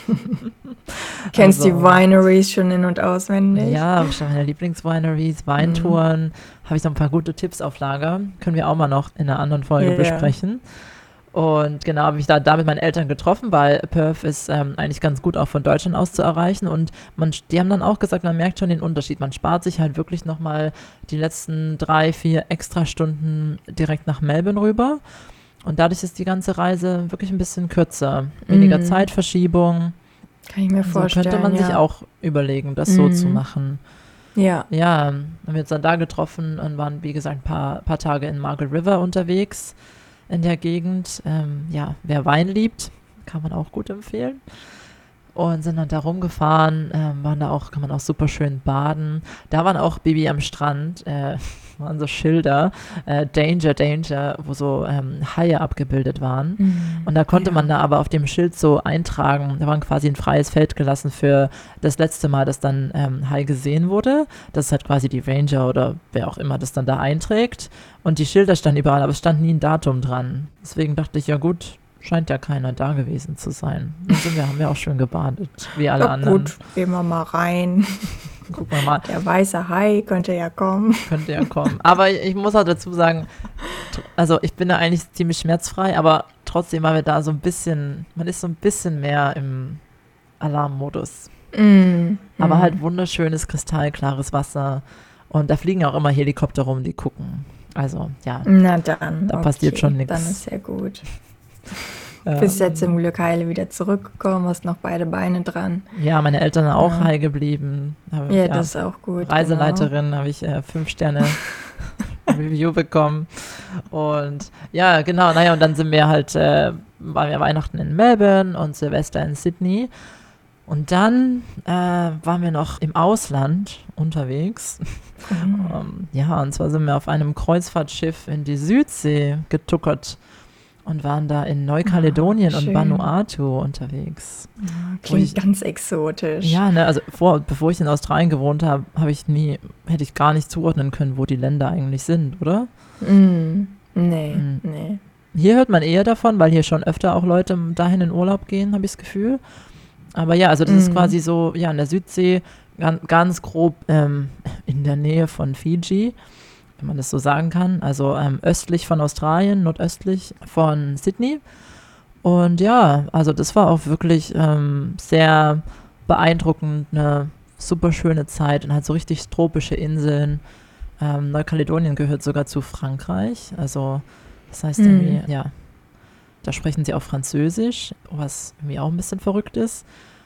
Kennst die Also, Wineries schon in- und auswendig? ja, habe ich schon meine Lieblingswineries, Mhm. Weintouren. Habe ich noch ein paar gute Tipps auf Lager. Können wir auch mal noch in einer anderen Folge Ja. besprechen. Und genau, habe ich da, da mit meinen Eltern getroffen, weil Perth ist ähm, eigentlich ganz gut auch von Deutschland aus zu erreichen. Und man, die haben dann auch gesagt, man merkt schon den Unterschied. Man spart sich halt wirklich nochmal die letzten drei, vier extra Stunden direkt nach Melbourne rüber. Und dadurch ist die ganze Reise wirklich ein bisschen kürzer. Weniger Mhm. Zeitverschiebung. Kann ich mir So könnte vorstellen, man sich ja. auch überlegen, das so zu Mhm. machen. Ja. Ja, haben wir uns dann da getroffen und waren, wie gesagt, ein paar, paar Tage in Margaret River unterwegs in der Gegend. Ähm, ja, wer Wein liebt, kann man auch gut empfehlen. Und sind dann da rumgefahren, ähm, waren da auch, kann man auch super schön baden. Da waren auch Baby am Strand, äh, waren so Schilder, äh, Danger, Danger, wo so ähm, Haie abgebildet waren. Mhm. Und da konnte Ja. man da aber auf dem Schild so eintragen, da war quasi ein freies Feld gelassen für das letzte Mal, dass dann ähm, Hai gesehen wurde. Das ist halt quasi die Ranger oder wer auch immer das dann da einträgt. Und die Schilder standen überall, aber es stand nie ein Datum dran. Deswegen dachte ich, ja gut, scheint ja keiner da gewesen zu sein. Dann sind wir, haben wir auch schön gebadet, wie alle Ja, anderen. gut, gehen wir mal rein. Gucken wir mal, Der weiße Hai könnte ja kommen. könnte ja kommen. Aber ich muss auch dazu sagen, tr- also ich bin da eigentlich ziemlich schmerzfrei, aber trotzdem waren wir da so ein bisschen, man ist so ein bisschen mehr im Alarmmodus. Mm, Aber mm. halt wunderschönes, kristallklares Wasser. Und da fliegen auch immer Helikopter rum, die gucken. Also, ja, Na dann, da okay, passiert schon nichts. dann ist ja gut. Ähm, Bist ja zum Glück heile wieder zurückgekommen, hast noch beide Beine dran. Ja, meine Eltern sind auch Ja. heil geblieben. Hab, Ja, ja, das ist auch gut. Reiseleiterin habe ich äh, fünf Sterne Review bekommen. Und ja, genau, naja, und dann sind wir halt, äh, waren wir Weihnachten in Melbourne und Silvester in Sydney. Und dann äh, waren wir noch im Ausland unterwegs. Genau. Mhm. Ähm, ja, und zwar sind wir auf einem Kreuzfahrtschiff in die Südsee getuckert und waren da in Neukaledonien Ah, und schön. Vanuatu unterwegs. Ja, Wo klingt ich- ganz exotisch. Ja, ne, also vor, bevor ich in Australien gewohnt habe, habe ich nie, hätte ich gar nicht zuordnen können, wo die Länder eigentlich sind, oder? Mm, nee, Mm. nee. Hier hört man eher davon, weil hier schon öfter auch Leute dahin in Urlaub gehen, habe ich das Gefühl. Aber ja, also das ist Mhm. quasi so, ja, in der Südsee, ganz, ganz grob ähm, in der Nähe von Fiji, wenn man das so sagen kann. Also ähm, östlich von Australien, nordöstlich von Sydney. Und ja, also das war auch wirklich ähm, sehr beeindruckend, eine super schöne Zeit und halt so richtig tropische Inseln. Ähm, Neukaledonien gehört sogar zu Frankreich, also das heißt Mhm. irgendwie, ja, da sprechen sie auch Französisch, was irgendwie auch ein bisschen verrückt ist.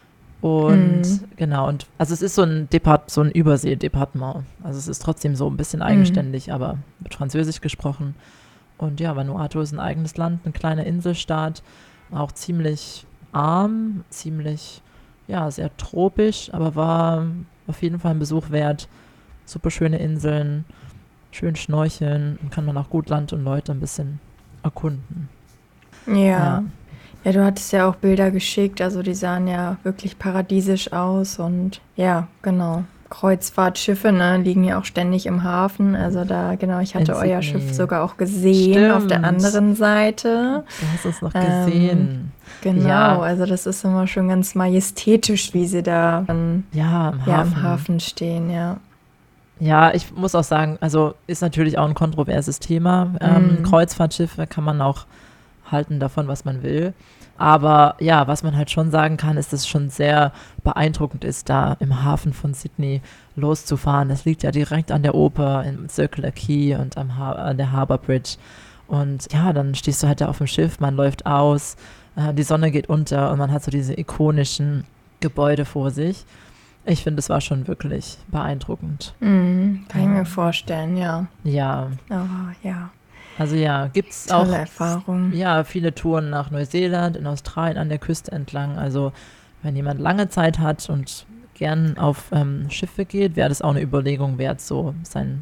Und Mhm. genau, und also es ist so ein Depart, so ein Übersee-Departement. Also es ist trotzdem so ein bisschen eigenständig, aber wird Französisch gesprochen. Und ja, Vanuatu ist ein eigenes Land, eine kleine Inselstaat, auch ziemlich arm, ziemlich, ja, sehr tropisch, aber war auf jeden Fall ein Besuch wert. Super schöne Inseln, schön schnorcheln, und kann man auch gut Land und Leute ein bisschen erkunden. Ja. Ja. Ja, du hattest ja auch Bilder geschickt, also die sahen ja wirklich paradiesisch aus und ja, genau. Kreuzfahrtschiffe, ne, liegen ja auch ständig im Hafen. Also da, genau, ich hatte In euer Sydney. Schiff sogar auch gesehen auf der Stimmt. anderen Seite. Du hast es noch Ähm, gesehen. Genau, Ja. also das ist immer schon ganz majestätisch, wie sie da dann, Ja, im ja, Hafen. im Hafen stehen, ja. Ja, ich muss auch sagen, also ist natürlich auch ein kontroverses Thema. Ähm, Mm. Kreuzfahrtschiffe kann man auch halten davon, was man will. Aber ja, was man halt schon sagen kann, ist, dass es schon sehr beeindruckend ist, da im Hafen von Sydney loszufahren. Das liegt ja direkt an der Oper im Circular Quay und am ha an der Harbour Bridge. Und ja, dann stehst du halt da auf dem Schiff, man läuft aus, äh, die Sonne geht unter und man hat so diese ikonischen Gebäude vor sich. Ich finde, es war schon wirklich beeindruckend. Mm, kann ich Ja. mir vorstellen, ja. Ja, Aber ja, also ja, gibt es auch tolle Erfahrung. ja, viele Touren nach Neuseeland, in Australien an der Küste entlang. Also wenn jemand lange Zeit hat und gern auf ähm, Schiffe geht, wäre das auch eine Überlegung wert, so sein,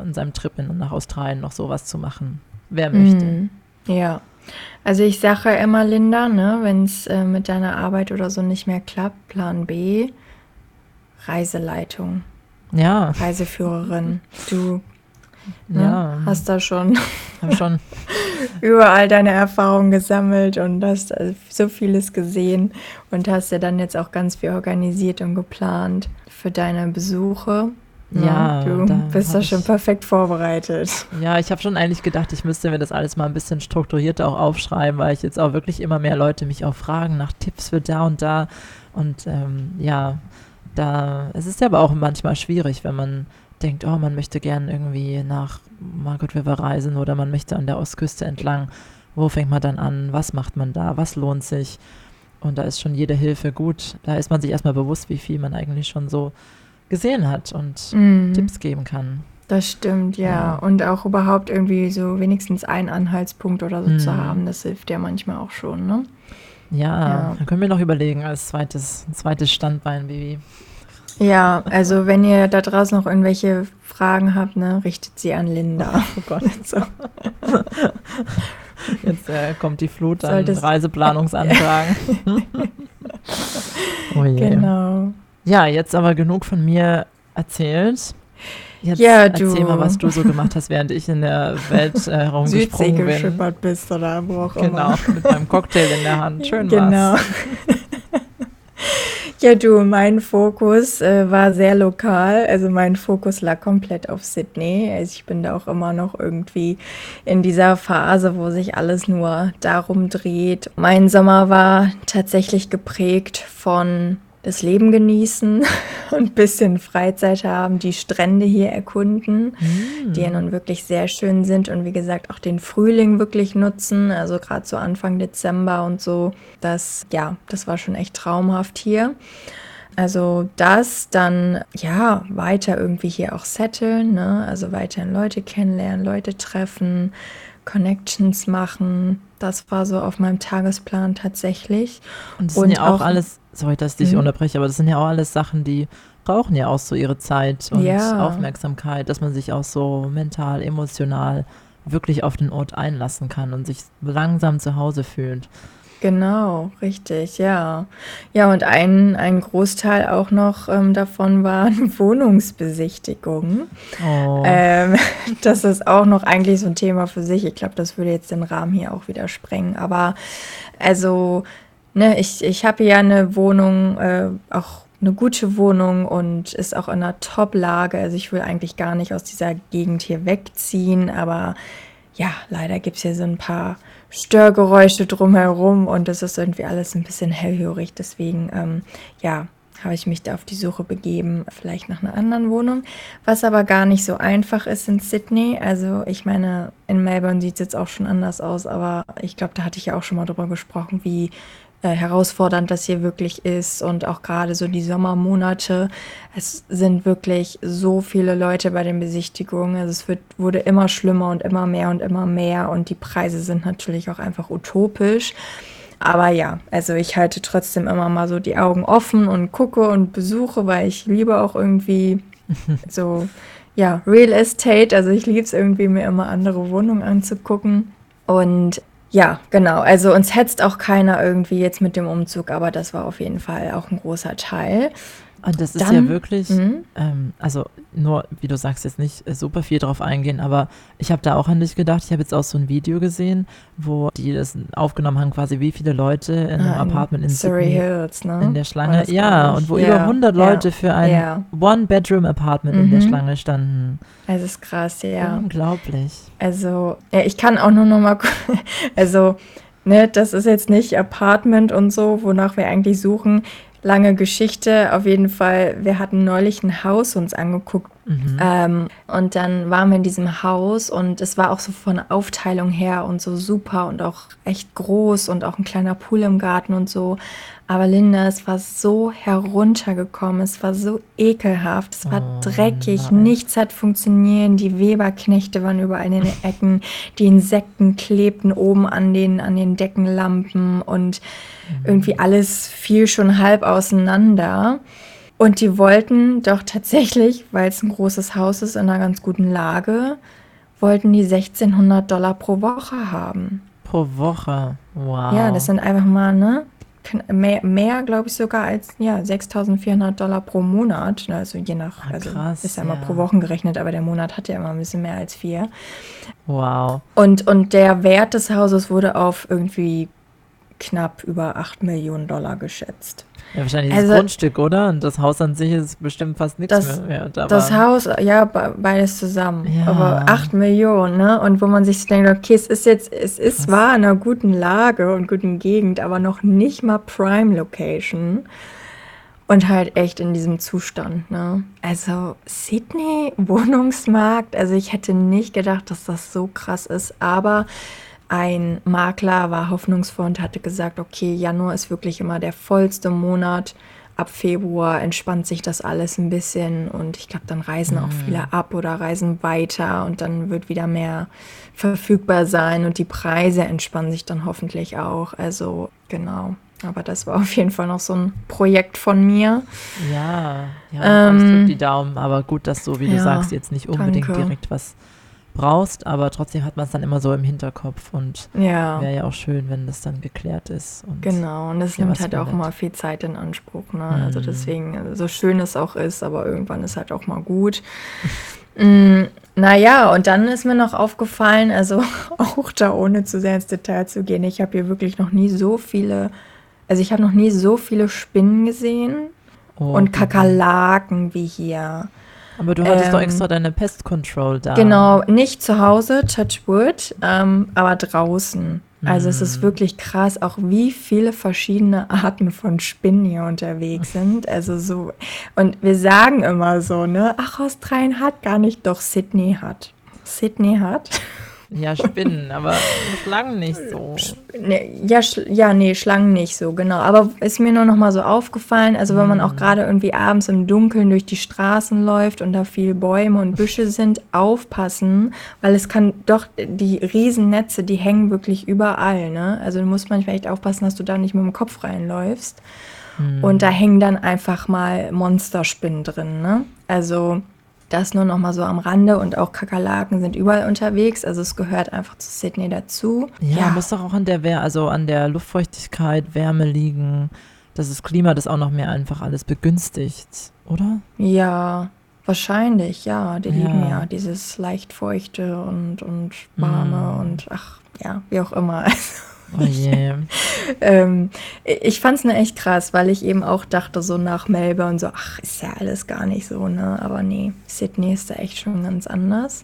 an seinem Trip in, nach Australien noch sowas zu machen. Wer möchte. Mhm. Ja. Also ich sage ja immer, Linda, ne, wenn es äh, mit deiner Arbeit oder so nicht mehr klappt, Plan B, Reiseleitung, Ja, Reiseführerin. Du ne, ja, hast da schon hab schon. überall deine Erfahrungen gesammelt und hast äh, so vieles gesehen und hast ja dann jetzt auch ganz viel organisiert und geplant für deine Besuche. Ne? Ja, Du da bist da habe schon ich, perfekt vorbereitet. ja, ich habe schon eigentlich gedacht, ich müsste mir das alles mal ein bisschen strukturierter auch aufschreiben, weil ich jetzt auch wirklich immer mehr Leute mich auch fragen nach Tipps für da und da. Und ähm, ja, da, es ist ja aber auch manchmal schwierig, wenn man denkt, oh, man möchte gern irgendwie nach Margaret River reisen oder man möchte an der Ostküste entlang. Wo fängt man dann an? Was macht man da? Was lohnt sich? Und da ist schon jede Hilfe gut. Da ist man sich erstmal bewusst, wie viel man eigentlich schon so gesehen hat und Mhm. Tipps geben kann. Das stimmt, ja. Ja. Und auch überhaupt irgendwie so wenigstens einen Anhaltspunkt oder so zu Hm. haben, das hilft ja manchmal auch schon, ne? Ja, Ja. dann können wir noch überlegen als zweites, zweites Standbein, Bibi. Ja, also wenn ihr da draußen noch irgendwelche Fragen habt, ne, richtet sie an Linda. Oh Gott, So. jetzt äh, kommt die Flut an Solltest- Reiseplanungsanfragen. Oh je. Genau. Ja, jetzt aber genug von mir erzählt. Jetzt Ja, du- erzähl mal, was du so gemacht hast, während ich in der Welt äh, Südsee herumgesprungen bin. geschippert bist oder wo auch Genau, immer. mit meinem Cocktail in der Hand. Schön Genau. war's. Ja, du, mein Fokus äh, war sehr lokal. Also mein Fokus lag komplett auf Sydney. Also ich bin da auch immer noch irgendwie in dieser Phase, wo sich alles nur darum dreht. Mein Sommer war tatsächlich geprägt von das Leben genießen und ein bisschen Freizeit haben, die Strände hier erkunden, Hm. die ja nun wirklich sehr schön sind und wie gesagt auch den Frühling wirklich nutzen, also gerade so Anfang Dezember und so. Das, ja, das war schon echt traumhaft hier. Also das, dann ja, weiter irgendwie hier auch setteln, ne? Also weiterhin Leute kennenlernen, Leute treffen, Connections machen. Das war so auf meinem Tagesplan tatsächlich. Und das Und sind ja auch, auch- alles, sorry, dass ich dich Mhm. unterbreche, aber das sind ja auch alles Sachen, die brauchen ja auch so ihre Zeit und Ja. Aufmerksamkeit, dass man sich auch so mental, emotional wirklich auf den Ort einlassen kann und sich langsam zu Hause fühlt. Genau, richtig, ja. Ja, und ein, ein Großteil auch noch ähm, davon waren Wohnungsbesichtigungen. Oh, Ähm, das ist auch noch eigentlich so ein Thema für sich. Ich glaube, das würde jetzt den Rahmen hier auch wieder sprengen. Aber also, ne, ich, ich habe ja eine Wohnung, äh, auch eine gute Wohnung und ist auch in einer Top-Lage. Also ich will eigentlich gar nicht aus dieser Gegend hier wegziehen, aber ja, leider gibt es hier so ein paar Störgeräusche drumherum und das ist irgendwie alles ein bisschen hellhörig. Deswegen, ähm, ja, habe ich mich da auf die Suche begeben, vielleicht nach einer anderen Wohnung. Was aber gar nicht so einfach ist in Sydney. Also ich meine, in Melbourne sieht es jetzt auch schon anders aus, aber ich glaube, da hatte ich ja auch schon mal drüber gesprochen, wie äh, herausfordernd das hier wirklich ist und auch gerade so die Sommermonate. Es sind wirklich so viele Leute bei den Besichtigungen. Also es wird, wurde immer schlimmer und immer mehr und immer mehr und die Preise sind natürlich auch einfach utopisch. Aber ja, also ich halte trotzdem immer mal so die Augen offen und gucke und besuche, weil ich liebe auch irgendwie so, ja, Real Estate. Also ich liebe es irgendwie, mir immer andere Wohnungen anzugucken. Und ja, genau. Also uns hetzt auch keiner irgendwie jetzt mit dem Umzug, aber das war auf jeden Fall auch ein großer Teil. und das ist Dann- ja wirklich, Mhm. ähm, also nur, wie du sagst, jetzt nicht äh, super viel drauf eingehen, aber ich habe da auch an dich gedacht. Ich habe jetzt auch so ein Video gesehen, wo die das aufgenommen haben, quasi wie viele Leute in einem Ah, Apartment in Surrey Sydney Hills, ne? in der War Schlange, das, ja, glaub ich. und wo Ja, über hundert ja, Leute für ein ja. One-Bedroom-Apartment in der Mhm. Schlange standen. Es ist krass, ja. Unglaublich. Also, ja, ich kann auch nur noch mal, gu- also, ne, das ist jetzt nicht Apartment und so, wonach wir eigentlich suchen. Lange Geschichte, auf jeden Fall. Wir hatten neulich ein Haus uns angeguckt. Mhm. Ähm, und dann waren wir in diesem Haus und es war auch so von der Aufteilung her und so super und auch echt groß und auch ein kleiner Pool im Garten und so. Aber Linda, es war so heruntergekommen, es war so ekelhaft, es war Oh dreckig, nein. nichts hat funktioniert, die Weberknechte waren überall in den Ecken, die Insekten klebten oben an den, an den Deckenlampen und irgendwie alles fiel schon halb auseinander. Und die wollten doch tatsächlich, weil es ein großes Haus ist in einer ganz guten Lage, wollten die sechzehnhundert Dollar pro Woche haben. Pro Woche. Ja, das Wow. sind einfach mal, ne? kn- Mehr, mehr glaube ich sogar als, ja, sechstausendvierhundert Dollar pro Monat. Also je nach, Ah, also ist krass, ja immer pro ja. Wochen gerechnet, aber der Monat hat ja immer ein bisschen mehr als vier. Wow. Und, und der Wert des Hauses wurde auf irgendwie knapp über acht Millionen Dollar geschätzt. Ja, wahrscheinlich das Also Grundstück, oder? Und das Haus an sich ist bestimmt fast nichts das, mehr wert, das aber Haus, ja, be- beides zusammen. Aber ja, acht Millionen, ne? Und wo man sich so denkt, okay, es ist jetzt, es ist krass. zwar in einer guten Lage und guten Gegend, aber noch nicht mal Prime Location. Und halt echt in diesem Zustand, ne? Also Sydney, Wohnungsmarkt, also ich hätte nicht gedacht, dass das so krass ist, aber ein Makler war hoffnungsvoll und hatte gesagt, okay, Januar ist wirklich immer der vollste Monat. Ab Februar entspannt sich das alles ein bisschen und ich glaube, dann reisen auch Hm. viele ab oder reisen weiter und dann wird wieder mehr verfügbar sein und die Preise entspannen sich dann hoffentlich auch. Also genau. Aber das war auf jeden Fall noch so ein Projekt von mir. Ja, ja, ich drücke die Ähm, Daumen, aber gut, dass du, wie du sagst, ja, jetzt nicht unbedingt danke. direkt was brauchst, aber trotzdem hat man es dann immer so im Hinterkopf und Ja, wäre ja auch schön, wenn das dann geklärt ist und genau. Und das sich ja nimmt was halt auch findet. immer viel Zeit in Anspruch, ne? Also Hm. deswegen, also so schön es auch ist, aber irgendwann ist halt auch mal gut. Mm, naja, und dann ist mir noch aufgefallen, also auch da ohne zu sehr ins Detail zu gehen, ich habe hier wirklich noch nie so viele, also ich habe noch nie so viele Spinnen gesehen Oh, und Bibi. Kakerlaken wie hier. Aber du hattest doch extra Ähm, deine Pest Control da. Genau, nicht zu Hause, touch wood, ähm, aber draußen. Also es ist Hm. wirklich krass, auch wie viele verschiedene Arten von Spinnen hier unterwegs sind. Also so, und wir sagen immer so, ne, ach, Australien hat gar nicht, doch Sydney hat. Sydney hat. Ja, Spinnen, aber Schlangen nicht so. Ne, ja, sch ja, ne, Schlangen nicht so, genau. Aber ist mir nur noch mal so aufgefallen, also wenn man auch Hm. gerade irgendwie abends im Dunkeln durch die Straßen läuft und da viel Bäume und Büsche sind, aufpassen, weil es kann doch, die Riesennetze, die hängen wirklich überall, ne? Also du musst manchmal echt aufpassen, dass du da nicht mit dem Kopf reinläufst. Und da Hm. hängen dann einfach mal Monsterspinnen drin, ne? Also das nur noch mal so am Rande und auch Kakerlaken sind überall unterwegs. Also es gehört einfach zu Sydney dazu. Ja, Ja, muss doch auch an der Wär also an der Luftfeuchtigkeit, Wärme liegen, dass das Klima das auch noch mehr einfach alles begünstigt, oder? ja, wahrscheinlich, ja. Die lieben Ja. ja dieses leicht feuchte und, und warme Hm. und ach, ja, wie auch immer. Oh je. ähm, ich fand es ne echt krass, weil ich eben auch dachte, so nach Melbourne, so, ach, ist ja alles gar nicht so, ne? Aber nee, Sydney ist da echt schon ganz anders.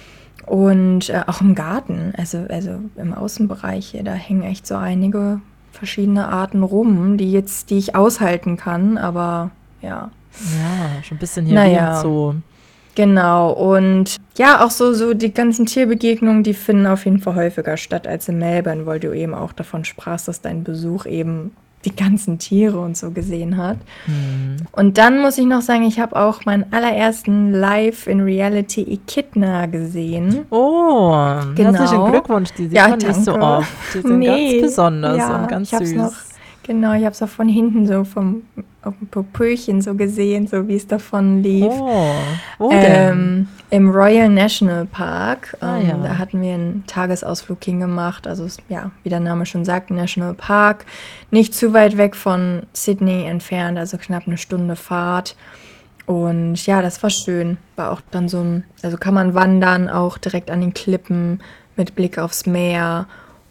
Und äh, auch im Garten, also, also im Außenbereich hier, da hängen echt so einige verschiedene Arten rum, die jetzt, die ich aushalten kann, aber ja. Ja, schon ein bisschen hier wie im Naja, Zoo. genau. Und ja, auch so, so die ganzen Tierbegegnungen, die finden auf jeden Fall häufiger statt als in Melbourne, weil du eben auch davon sprachst, dass dein Besuch eben die ganzen Tiere und so gesehen hat. Mhm. Und dann muss ich noch sagen, ich habe auch meinen allerersten Live in Reality Echidna gesehen. Oh, herzlichen Genau. Glückwunsch, die sieht Ja, man nicht so danke. oft. Die sind ganz Nee, besonders und ja, ich ganz habe es noch, süß. genau, ich habe es auch von hinten so vom auf dem Popöchen so gesehen, so wie es davon lief. Oh, wo denn? Ähm, im Royal National Park. Ah Ähm, da ja. hatten wir einen Tagesausflug hingemacht. Also es- ja, wie der Name schon sagt, National Park. Nicht zu weit weg von Sydney entfernt, also knapp eine Stunde Fahrt. Und ja, das war schön. War auch dann so ein, also kann man wandern, auch direkt an den Klippen mit Blick aufs Meer.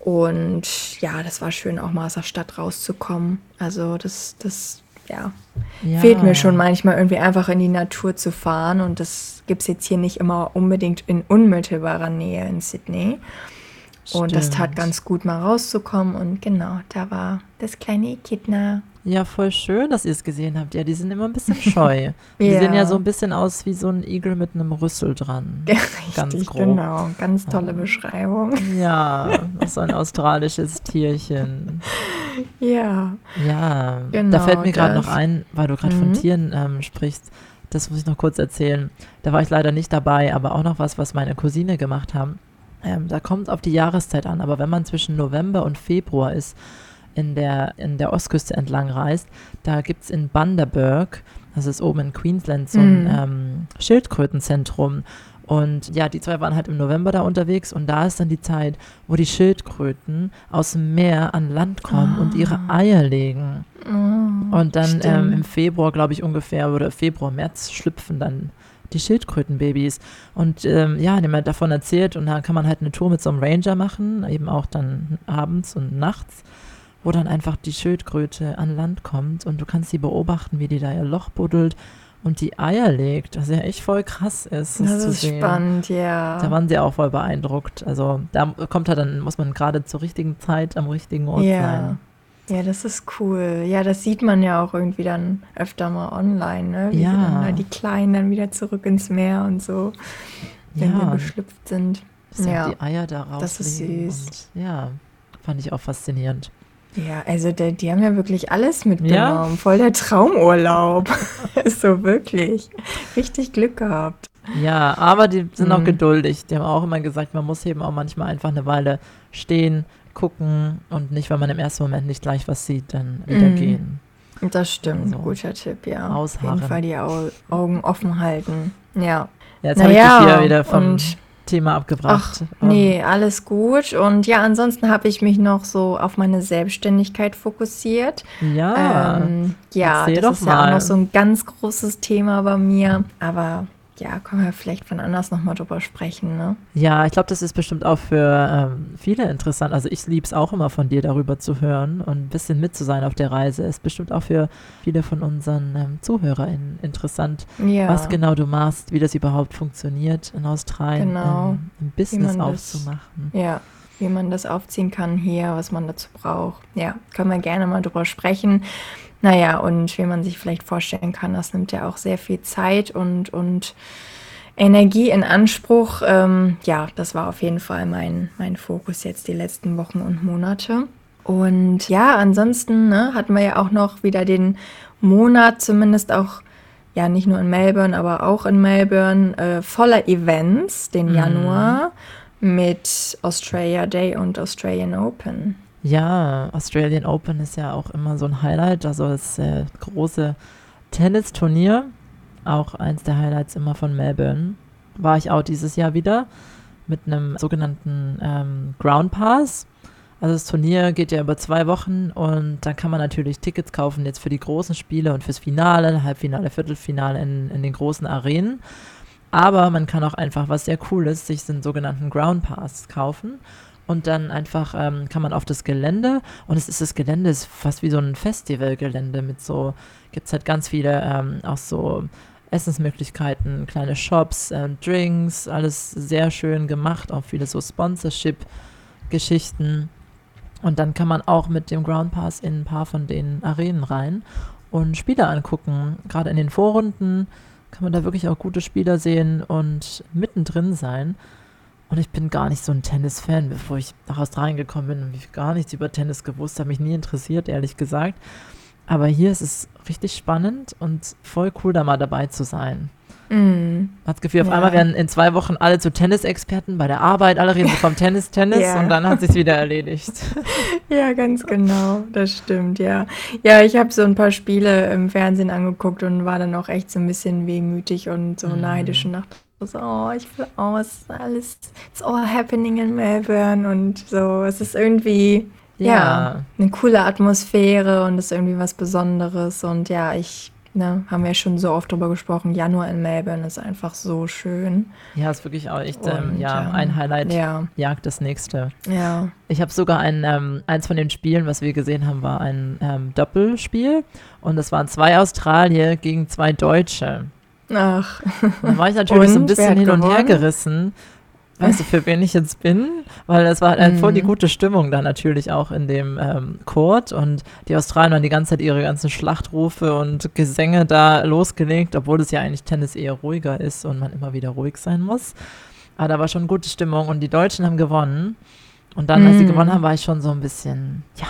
Und ja, das war schön, auch mal aus der Stadt rauszukommen. Also das, das, ja, fehlt mir schon Ja, manchmal irgendwie einfach in die Natur zu fahren. Und das gibt es jetzt hier nicht immer unbedingt in unmittelbarer Nähe in Sydney. Und das tat stimmt. ganz gut, mal rauszukommen. Und genau, da war das kleine Echidna. Ja, voll schön, dass ihr es gesehen habt. Ja, die sind immer ein bisschen scheu. Die sehen ja so Ja, ein bisschen aus wie so ein Igel mit einem Rüssel dran. Ganz richtig, grob. genau. Ganz tolle Oh. Beschreibung. Ja, so ein australisches Tierchen. Ja, Ja, da fällt genau mir gerade noch das. ein, weil du gerade von Mhm. Tieren ähm, sprichst, das muss ich noch kurz erzählen. Da war ich leider nicht dabei, aber auch noch was, was meine Cousine gemacht haben. Ähm, da kommt es auf die Jahreszeit an, aber wenn man zwischen November und Februar ist, in der, in der Ostküste entlang reist, da gibt es in Bundaberg, Das ist oben in Queensland so ein Mhm. ähm, Schildkrötenzentrum. Und ja, die zwei waren halt im November da unterwegs und da ist dann die Zeit, wo die Schildkröten aus dem Meer an Land kommen und ihre Ah. Eier legen. Oh, Und dann ähm, im stimmt. Februar, glaube ich, ungefähr, oder Februar, März schlüpfen dann die Schildkrötenbabys. Und ähm, ja, dem hat davon erzählt und da kann man halt eine Tour mit so einem Ranger machen, eben auch dann abends und nachts, wo dann einfach die Schildkröte an Land kommt und du kannst sie beobachten, wie die da ihr Loch buddelt und die Eier legt, was ja echt voll krass ist, das Das zu ist sehen. spannend, Da ja. waren sie auch voll beeindruckt. Also da kommt halt dann, muss man gerade zur richtigen Zeit am richtigen Ort Ja. sein. Ja, das ist cool. Ja, das sieht man ja auch irgendwie dann öfter mal online, ne? Wie sie dann da Ja, die Kleinen dann wieder zurück ins Meer und so, wenn sie ja, geschlüpft sind. dass sie halt Ja, die Eier da das ist rauslegen süß. und ja, fand ich auch faszinierend. Ja, also die, die haben ja wirklich alles Ja, mitgenommen. Voll der Traumurlaub. So wirklich. Richtig Glück gehabt. ja, aber die sind auch Mhm. geduldig. Die haben auch immer gesagt, man muss eben auch manchmal einfach eine Weile stehen, gucken und nicht, wenn man im ersten Moment nicht gleich was sieht, dann wieder Mhm. gehen. Das stimmt. Also Guter Tipp, ja. Auf jeden Fall ausharren. die Au Augen offen halten. Ja. Ja, jetzt habe ich dich hier Naja, wieder vom und Thema ach, abgebracht. Ähm, nee, alles gut. Und ja, ansonsten habe ich mich noch so auf meine Selbstständigkeit fokussiert. ja, Ähm, ja, erzähl das doch ist ja auch noch so mal. ein ganz großes Thema bei mir. Aber ja, können wir vielleicht wann anders nochmal drüber sprechen, ne? Ja, ich glaube, das ist bestimmt auch für ähm, viele interessant. Also ich liebe es auch immer von dir darüber zu hören und ein bisschen mit zu sein auf der Reise. Ist bestimmt auch für viele von unseren ähm, ZuhörerInnen interessant, was Ja, genau du machst, wie das überhaupt funktioniert in Australien, genau. ähm, ein Wie Business man das, aufzumachen. ja, wie man das aufziehen kann hier, was man dazu braucht. Ja, können wir gerne mal drüber sprechen. Naja, und wie man sich vielleicht vorstellen kann, das nimmt ja auch sehr viel Zeit und, und Energie in Anspruch. Ähm, ja, das war auf jeden Fall mein, mein Fokus jetzt die letzten Wochen und Monate. Und ja, ansonsten ne, hatten wir ja auch noch wieder den Monat, zumindest auch, ja, nicht nur in Melbourne, aber auch in Melbourne, äh, voller Events, den Mhm. Januar, mit Australia Day und Australian Open. Ja, Australian Open ist ja auch immer so ein Highlight, also das äh, große Tennisturnier, auch eins der Highlights immer von Melbourne. War ich auch dieses Jahr wieder mit einem sogenannten ähm, Ground Pass. Also das Turnier geht ja über zwei Wochen und dann kann man natürlich Tickets kaufen jetzt für die großen Spiele und fürs Finale, Halbfinale, Viertelfinale in, in den großen Arenen. Aber man kann auch einfach, was sehr cool ist, sich den sogenannten Ground Pass kaufen und dann einfach ähm, kann man auf das Gelände und es ist das Gelände ist fast wie so ein Festivalgelände mit so, gibt es halt ganz viele ähm, auch so Essensmöglichkeiten, kleine Shops, ähm, Drinks, alles sehr schön gemacht, auch viele so Sponsorship-Geschichten. Und dann kann man auch mit dem Ground Pass in ein paar von den Arenen rein und Spiele angucken. Gerade in den Vorrunden kann man da wirklich auch gute Spieler sehen und mittendrin sein. Und ich bin gar nicht so ein Tennis-Fan, bevor ich nach Australien gekommen bin und ich gar nichts über Tennis gewusst, habe mich nie interessiert, ehrlich gesagt. Aber hier ist es richtig spannend und voll cool, da mal dabei zu sein. Mm, Man hat das Gefühl, auf einmal ja, werden in zwei Wochen alle zu Tennisexperten bei der Arbeit, alle reden so vom Tennis, Tennis ja. und dann hat sich's wieder erledigt. Ja, ganz genau, das stimmt, ja. Ja, ich habe so ein paar Spiele im Fernsehen angeguckt und war dann auch echt so ein bisschen wehmütig und so neidisch und Mm. dachte so, oh, ich will auch, es ist alles, it's all happening in Melbourne und so. Es ist irgendwie, ja, Ja, eine coole Atmosphäre und es ist irgendwie was Besonderes und ja, ich, ne, haben wir ja schon so oft drüber gesprochen, Januar in Melbourne ist einfach so schön ja, ist wirklich auch echt, ähm, und ja, ein ähm, Highlight ja, jagt das nächste. ja, Ich habe sogar ein, ähm, eins von den Spielen, was wir gesehen haben, war ein ähm, Doppelspiel und es waren zwei Australier gegen zwei Deutsche. ach, Und dann war ich natürlich so ein und wer bisschen hat hin und her gewonnen? gerissen, weißt du, für wen ich jetzt bin, weil es war halt voll die Mm, gute Stimmung da natürlich auch in dem ähm, Court und die Australier haben die ganze Zeit ihre ganzen Schlachtrufe und Gesänge da losgelegt, obwohl es ja eigentlich Tennis eher ruhiger ist und man immer wieder ruhig sein muss. Aber da war schon gute Stimmung und die Deutschen haben gewonnen und dann, als sie gewonnen haben, mm, war ich schon so ein bisschen, ja,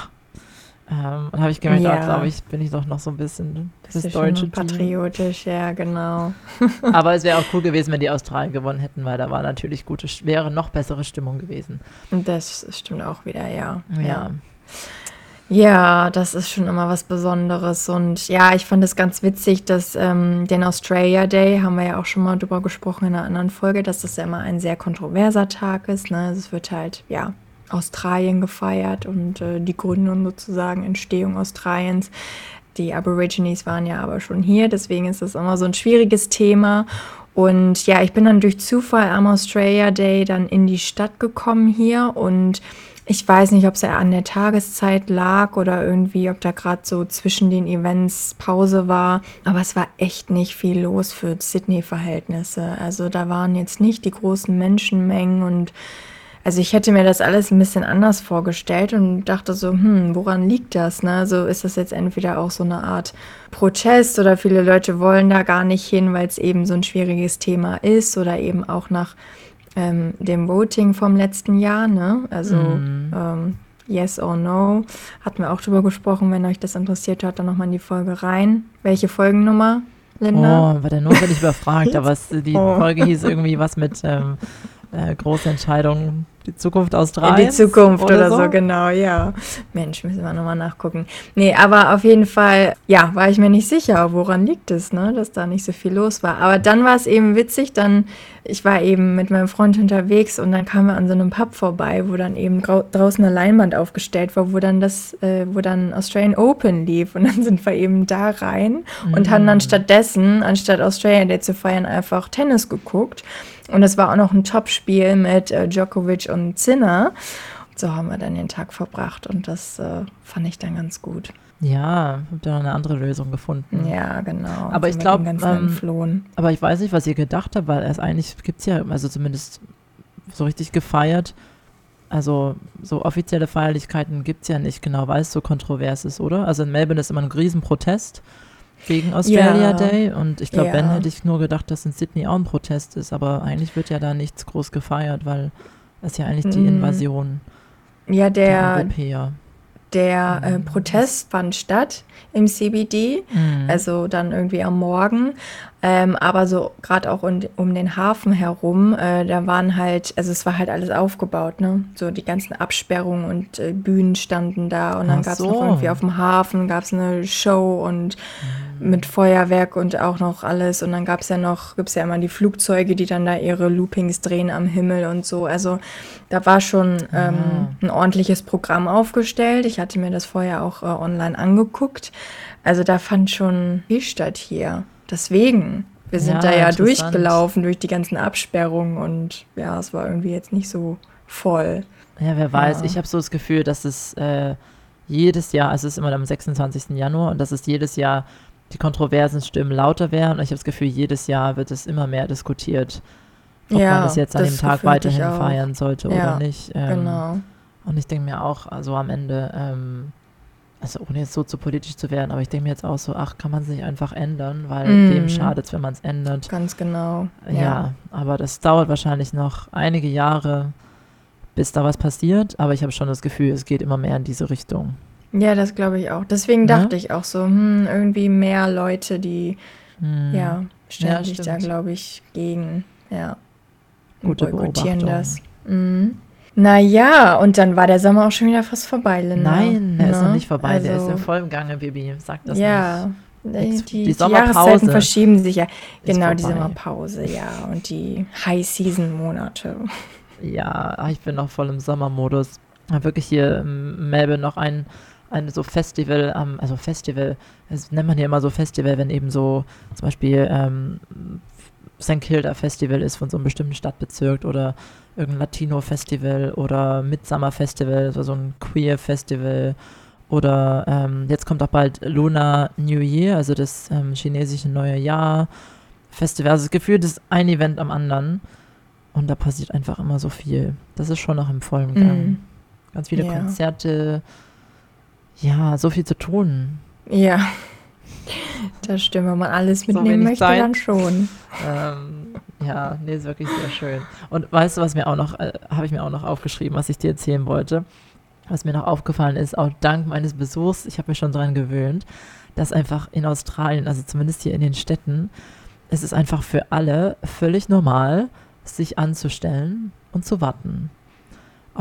ähm, und habe ich gemerkt, ah, glaube ja. ich, bin ich doch noch so ein bisschen Bist das du schon deutsche Team. patriotisch, ja, genau. Aber es wäre auch cool gewesen, wenn die Australier gewonnen hätten, weil da war natürlich gute, wäre noch bessere Stimmung gewesen. Und das stimmt auch wieder, ja. Ja. Ja, Ja, das ist schon immer was Besonderes. Und ja, ich fand es ganz witzig, dass ähm, den Australia Day, haben wir ja auch schon mal drüber gesprochen in einer anderen Folge, dass das ja immer ein sehr kontroverser Tag ist. Ne? Also es wird halt, ja, Australien gefeiert und äh, die Gründung sozusagen, Entstehung Australiens. Die Aborigines waren ja aber schon hier, deswegen ist das immer so ein schwieriges Thema. Und ja, ich bin dann durch Zufall am Australia Day dann in die Stadt gekommen hier und ich weiß nicht, ob es ja an der Tageszeit lag oder irgendwie, ob da gerade so zwischen den Events Pause war. Aber es war echt nicht viel los für Sydney-Verhältnisse. Also da waren jetzt nicht die großen Menschenmengen und also ich hätte mir das alles ein bisschen anders vorgestellt und dachte so, hm, woran liegt das? Ne? Also ist das jetzt entweder auch so eine Art Protest oder viele Leute wollen da gar nicht hin, weil es eben so ein schwieriges Thema ist oder eben auch nach ähm, dem Voting vom letzten Jahr, ne? Also Mhm. ähm, Yes or No, hatten wir auch drüber gesprochen. Wenn euch das interessiert, hört dann nochmal in die Folge rein. Welche Folgennummer, Linda? Oh, war der notwendig überfragt, aber es, die Oh. Folge hieß irgendwie was mit ähm, äh, große Entscheidung, die Zukunft In Australiens die Zukunft oder, oder so. so. genau, ja. Mensch, müssen wir nochmal nachgucken. Nee, aber auf jeden Fall, ja, war ich mir nicht sicher, woran liegt es, ne, dass da nicht so viel los war. Aber dann war es eben witzig, dann, ich war eben mit meinem Freund unterwegs und dann kamen wir an so einem Pub vorbei, wo dann eben drau draußen eine Leinwand aufgestellt war, wo dann das, äh, wo dann Australian Open lief und dann sind wir eben da rein und haben dann stattdessen, anstatt Australia Day zu feiern, einfach Tennis geguckt. Und es war auch noch ein Topspiel mit äh, Djokovic und Sinner. So haben wir dann den Tag verbracht und das äh, fand ich dann ganz gut. Ja, habt ihr noch eine andere Lösung gefunden. Ja, genau. Aber Sind ich wir glaub, dem Ganzen ähm, entflohen. Aber ich weiß nicht, was ihr gedacht habt, weil es eigentlich gibt es ja, also zumindest so richtig gefeiert, also so offizielle Feierlichkeiten gibt es ja nicht genau, weil es so kontrovers ist, oder? Also in Melbourne ist immer ein Riesenprotest gegen Australia Ja, Day und ich glaube, wenn ja. hätte ich nur gedacht, dass in Sydney auch ein Protest ist, aber eigentlich wird ja da nichts groß gefeiert, weil es ja eigentlich die Mm, Invasion Ja, der der, Europäer. der äh, Mhm. Protest fand statt im C B D, Mhm. also dann irgendwie am Morgen. Ähm, aber so gerade auch um, um den Hafen herum, äh, da waren halt, also es war halt alles aufgebaut, ne? So die ganzen Absperrungen und äh, Bühnen standen da und dann Ach gab es noch irgendwie so. auf dem Hafen, gab es eine Show und mit Mhm. Feuerwerk und auch noch alles. Und dann gab es ja noch, gibt es ja immer die Flugzeuge, die dann da ihre Loopings drehen am Himmel und so. Also da war schon ähm, Ah. ein ordentliches Programm aufgestellt. Ich hatte mir das vorher auch äh, online angeguckt. Also da fand schon viel statt hier. Deswegen, wir sind da Ja, ja interessant. durchgelaufen durch die ganzen Absperrungen und ja, es war irgendwie jetzt nicht so voll. Ja, wer weiß. Ja. Ich habe so das Gefühl, dass es äh, jedes Jahr, also es ist immer am sechsundzwanzigsten Januar und dass es jedes Jahr die kontroversen Stimmen lauter werden. Und ich habe das Gefühl, jedes Jahr wird es immer mehr diskutiert, ob man Ja, das jetzt an das dem Tag Gefühl hatte ich weiterhin auch. feiern sollte oder Ja, nicht. Ähm, genau. Und ich denke mir auch, also am Ende, ähm, also ohne jetzt so zu politisch zu werden, aber ich denke mir jetzt auch so, ach, kann man es nicht einfach ändern, weil wem Mm, schadet es, wenn man es ändert? ganz genau. Ja. Ja. aber das dauert wahrscheinlich noch einige Jahre, bis da was passiert, aber ich habe schon das Gefühl, es geht immer mehr in diese Richtung. Ja, das glaube ich auch. Deswegen Ne? dachte ich auch so, hm, irgendwie mehr Leute, die, Hm. ja, stellen Ja, sich da, stimmt. glaube ich, gegen, ja, und Gute boykottieren Beobachtung. das. Mhm. Naja, und dann war der Sommer auch schon wieder fast vorbei, Linda. Nein, der ist noch Ne? nicht vorbei, der ist Also, im vollen Gange, Baby. Sag das ja, nicht. die, Nix- die, die die Jahreszeiten Sommerpause verschieben sich ja. ist Genau, die vorbei. Sommerpause, ja, und die High-Season-Monate. Ja, ah, ich bin noch voll im Sommermodus. Hab wirklich hier in Melbourne noch ein, ein so Festival, am also Festival, das nennt man hier immer so Festival, wenn eben so zum Beispiel ähm, Sankt Kilda Festival ist von so einem bestimmten Stadtbezirk oder irgendein Latino-Festival oder Midsummer Festival, also so ein Queer-Festival oder ähm, jetzt kommt auch bald Lunar New Year, also das ähm, chinesische neue Jahr Festival. Also das Gefühl, das ist ein Event am anderen und da passiert einfach immer so viel. Das ist schon noch im vollen Gang. Mhm. Ganz viele Ja. Konzerte, ja, so viel zu tun. Ja, das stimmt. Wenn man alles So mitnehmen wenig möchte, Zeit. dann schon. Ähm, ja, nee, ist wirklich sehr schön. Und weißt du, was mir auch noch, äh, habe ich mir auch noch aufgeschrieben, was ich dir erzählen wollte? Was mir noch aufgefallen ist, auch dank meines Besuchs, ich habe mich schon daran gewöhnt, dass einfach in Australien, also zumindest hier in den Städten, es ist einfach für alle völlig normal, sich anzustellen und zu warten auf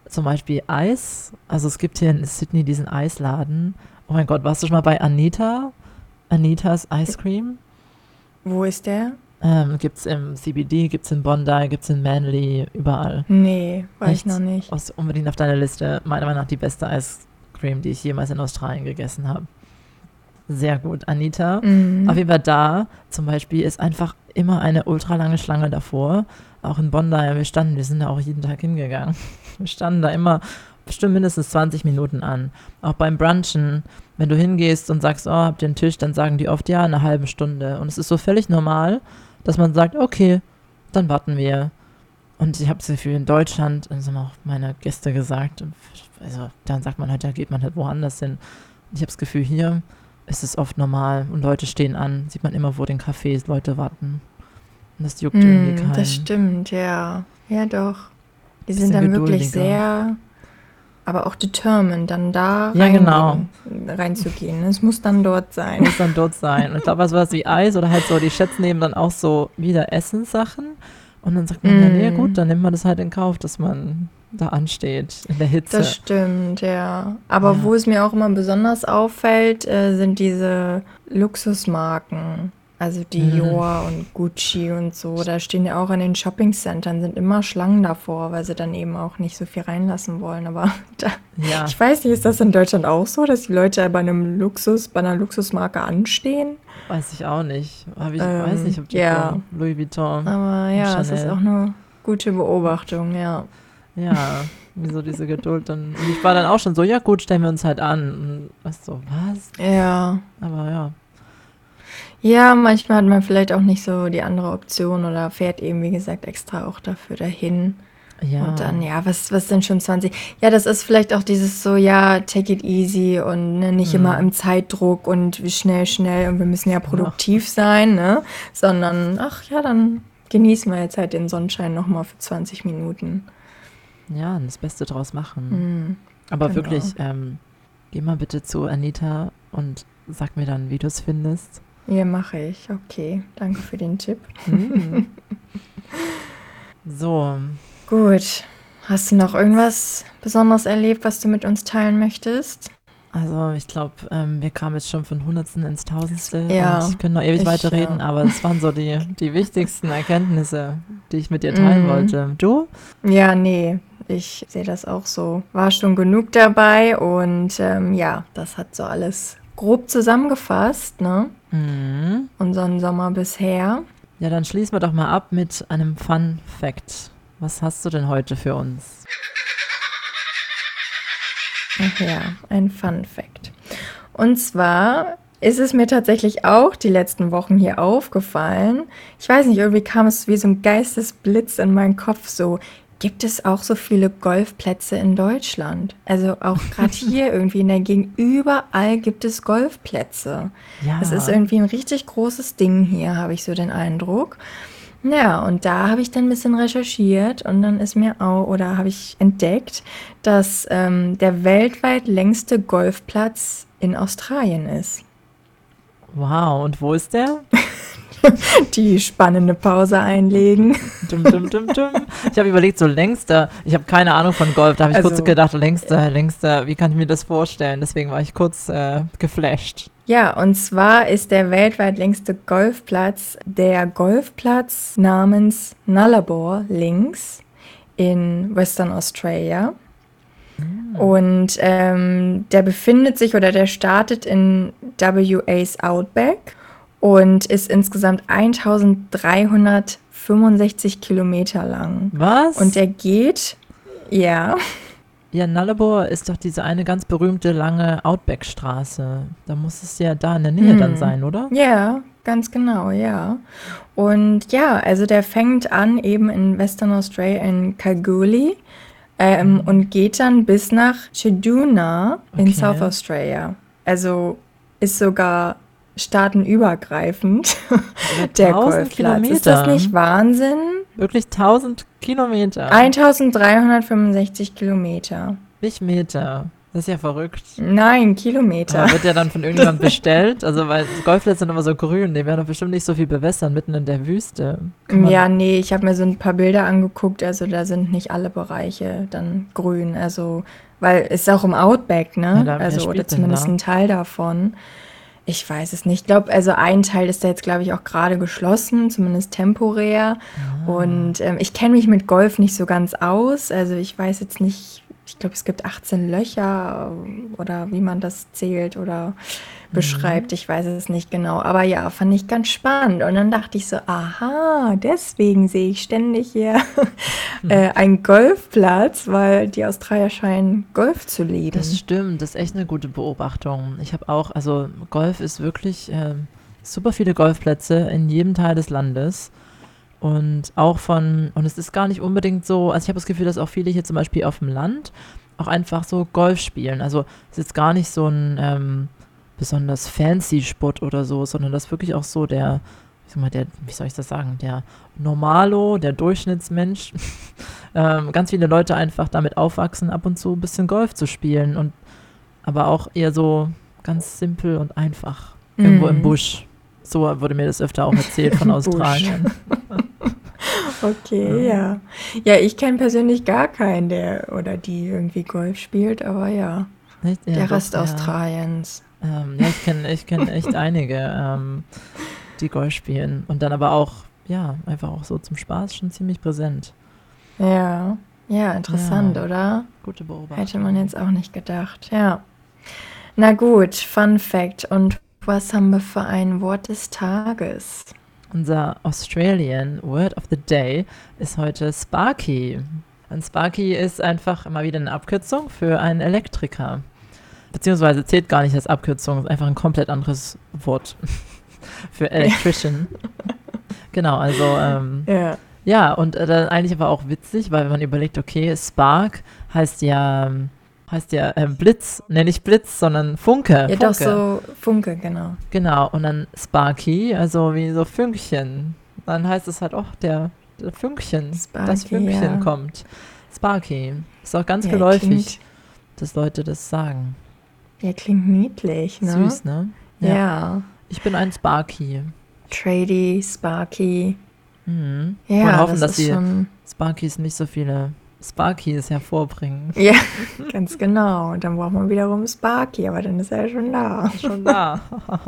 zum Beispiel Eis. Also es gibt hier in Sydney diesen Eisladen. Oh mein Gott, warst du schon mal bei Anita? Anitas Ice Cream? Wo ist der? Ähm, gibt's im C B D, gibt's in Bondi, gibt's in Manly, überall. Nee, war ich Echt? noch nicht. Aus, unbedingt auf deiner Liste. Meiner Meinung nach die beste Ice Cream, die ich jemals in Australien gegessen habe. Sehr gut, Anita. Mhm. Auf jeden Fall da zum Beispiel ist einfach immer eine ultralange Schlange davor. Auch in Bondi, wir standen, wir sind da auch jeden Tag hingegangen. Wir standen da immer bestimmt mindestens zwanzig Minuten an. Auch beim Brunchen, wenn du hingehst und sagst, oh, habt ihr einen Tisch, dann sagen die oft, ja, eine halbe Stunde. Und es ist so völlig normal, dass man sagt, okay, dann warten wir. Und ich habe das Gefühl, in Deutschland, das haben auch meine Gäste gesagt, also dann sagt man halt, da geht man halt woanders hin. Und ich habe das Gefühl, hier ist es oft normal und Leute stehen an, sieht man immer, wo den Cafés Leute warten. Und das juckt irgendwie Mm, keinen. das stimmt, ja. Ja, doch. Die Bisschen sind dann wirklich geduldiger. sehr, aber auch determined, dann da Ja, reingehen, genau. reinzugehen. Es muss dann dort sein. Muss dann dort sein. Und ich glaube, was was wie Eis oder halt so, die Chefs nehmen dann auch so wieder Essenssachen. Und dann sagt man, ja, nee, Mm. gut, dann nimmt man das halt in Kauf, dass man da ansteht in der Hitze. Das stimmt, ja. Aber Ja. wo es mir auch immer besonders auffällt, äh, sind diese Luxusmarken. Also Dior Mhm. und Gucci und so. Da stehen ja auch in den Shoppingcentern, sind immer Schlangen davor, weil sie dann eben auch nicht so viel reinlassen wollen. Aber da, Ja, ich weiß nicht, ist das in Deutschland auch so, dass die Leute bei einem Luxus, bei einer Luxusmarke anstehen? weiß ich auch nicht. Hab ich Ähm, weiß nicht, ob die ja. von Louis Vuitton. Aber ja, es ist Chanel. auch eine gute Beobachtung, ja. Ja, wieso diese Geduld dann. Und ich war dann auch schon so, ja gut, stellen wir uns halt an. Und was so, was? Ja. Aber ja. Ja, manchmal hat man vielleicht auch nicht so die andere Option oder fährt eben, wie gesagt, extra auch dafür dahin. Ja. Und dann, ja, was, was denn schon zwanzig? Ja, das ist vielleicht auch dieses so, ja, take it easy und ne, nicht Mhm. immer im Zeitdruck und wie schnell, schnell und wir müssen ja produktiv sein, ne? Sondern, ach ja, dann genießen wir jetzt halt den Sonnenschein nochmal für zwanzig Minuten. Ja, das Beste draus machen. Mhm. Aber genau. wirklich, ähm, geh mal bitte zu Anita und sag mir dann, wie du es findest. Ja, mache ich. Okay, danke für den Tipp. Mhm. So, Gut. Hast du noch irgendwas Besonderes erlebt, was du mit uns teilen möchtest? also ich glaube, ähm, wir kamen jetzt schon von Hundertsten ins Tausendste Ja, und ich könnte noch ewig ich, weiterreden, ja. aber es waren so die, die wichtigsten Erkenntnisse, die ich mit dir teilen Mhm. wollte. Du? Ja, nee, ich sehe das auch so. War schon genug dabei und ähm, ja, das hat so alles grob zusammengefasst, ne? Mhm. Unseren Sommer bisher. Ja, dann schließen wir doch mal ab mit einem Fun Fact. Was hast du denn heute für uns? Ach ja, ein Fun Fact. Und zwar ist es mir tatsächlich auch die letzten Wochen hier aufgefallen. Ich weiß nicht, irgendwie kam es wie so ein Geistesblitz in meinen Kopf so. Gibt es auch so viele Golfplätze in Deutschland? Also auch gerade hier irgendwie in der Gegend, überall gibt es Golfplätze. Ja, Es ist irgendwie ein richtig großes Ding hier, habe ich so den Eindruck. Ja, und da habe ich dann ein bisschen recherchiert und dann ist mir auch, oder habe ich entdeckt, dass ähm, der weltweit längste Golfplatz in Australien ist. wow, und wo ist der? Die spannende Pause einlegen. Dum, dum, dum, dum. Ich habe überlegt, so längster, ich habe keine Ahnung von Golf, da habe ich Also- kurz gedacht, längster, längster, wie kann ich mir das vorstellen? Deswegen war ich kurz äh, geflasht. Ja, und zwar ist der weltweit längste Golfplatz der Golfplatz namens Nullarbor Links in Western Australia. Und ähm, der befindet sich oder der startet in W A's Outback und ist insgesamt eintausenddreihundertfünfundsechzig Kilometer lang. Was? Und der geht, ja, ja, Nullarbor ist doch diese eine ganz berühmte lange Outback-Straße. Da muss es ja da in der Nähe Hm. dann sein, oder? ja, ganz genau, ja. Und ja, also der fängt an eben in Western Australia in Kalgoorlie ähm, und geht dann bis nach Ceduna in Okay. South Australia. Also ist sogar staatenübergreifend der tausend Golfplatz. Ist das Kilometer. nicht Wahnsinn? Wirklich tausend Kilometer. eintausenddreihundertfünfundsechzig Kilometer. Nicht Meter. Das ist ja verrückt. Nein, Kilometer. Aber wird der dann von irgendjemandem bestellt? Also, weil Golfplätze sind immer so grün, die werden doch bestimmt nicht so viel bewässern, mitten in der Wüste. Kann man- Ja, nee, ich habe mir so ein paar Bilder angeguckt, also da sind nicht alle Bereiche dann grün, also, weil es ist auch im Outback, Ja, ne? da- wer Also, oder spielt denn zumindest da? ein Teil davon. Ich weiß es nicht. Ich glaube, also ein Teil ist da jetzt, glaube ich, auch gerade geschlossen, zumindest temporär. Ah. Und ähm, ich kenne mich mit Golf nicht so ganz aus. Also ich weiß jetzt nicht, ich glaube, es gibt achtzehn Löcher ähm, oder wie man das zählt oder beschreibt. Ich weiß es nicht genau. Aber ja, fand ich ganz spannend. Und dann dachte ich so, aha, deswegen sehe ich ständig hier äh, einen Golfplatz, weil die Australier scheinen Golf zu lieben. Das stimmt, das ist echt eine gute Beobachtung. Ich habe auch, also Golf ist wirklich ähm, super viele Golfplätze in jedem Teil des Landes. Und auch von, und es ist gar nicht unbedingt so, also ich habe das Gefühl, dass auch viele hier zum Beispiel auf dem Land auch einfach so Golf spielen. Also es ist jetzt gar nicht so ein ähm, besonders fancy Sport oder so, sondern das ist wirklich auch so der, ich sag mal, der, wie soll ich das sagen, der Normalo, der Durchschnittsmensch, ähm, ganz viele Leute einfach damit aufwachsen, ab und zu ein bisschen Golf zu spielen und aber auch eher so ganz simpel und einfach, irgendwo im Mhm. Busch. So wurde mir das öfter auch erzählt von Im Busch. Australien. Okay, ja. Ja, ich kenne persönlich gar keinen, der oder die irgendwie Golf spielt, aber ja, Nicht? Ja, der doch, Rest ja. Australiens. Ähm, ja, ich kenne ich kenn echt einige, ähm, die Golf spielen und dann aber auch, ja, einfach auch so zum Spaß schon ziemlich präsent. Ja, ja, interessant, Ja. oder? Gute Beobachtung. Hätte man jetzt auch nicht gedacht, ja. Na gut, Fun Fact. Und was haben wir für ein Wort des Tages? Unser Australian Word of the Day ist heute Sparky. Und Sparky ist einfach immer wieder eine Abkürzung für einen Elektriker. Beziehungsweise zählt gar nicht als Abkürzung, ist einfach ein komplett anderes Wort für Electrician. Genau, also ähm, Ja, ja, und äh, dann eigentlich aber auch witzig, weil wenn man überlegt, okay, Spark heißt ja, ähm, heißt ja ähm, Blitz, ne, nicht Blitz, sondern Funke. ja Funke. doch so Funke, genau. Genau, und dann Sparky, also wie so Fünkchen. Dann heißt es halt auch, der, der Fünkchen, das Sparky, Fünkchen ja. kommt. Sparky. Ist auch ganz Ja, geläufig, klingt, dass Leute das sagen. ja, klingt niedlich, ne? Süß, ne? Ja. Ich bin ein Sparky. Trady, Sparky. Mhm. Ja, Wollen hoffen, das dass ist die schon. Sparkys nicht so viele Sparkys hervorbringen. Ja, ganz genau. Und dann braucht man wiederum Sparky, aber dann ist er ja schon da. Schon da.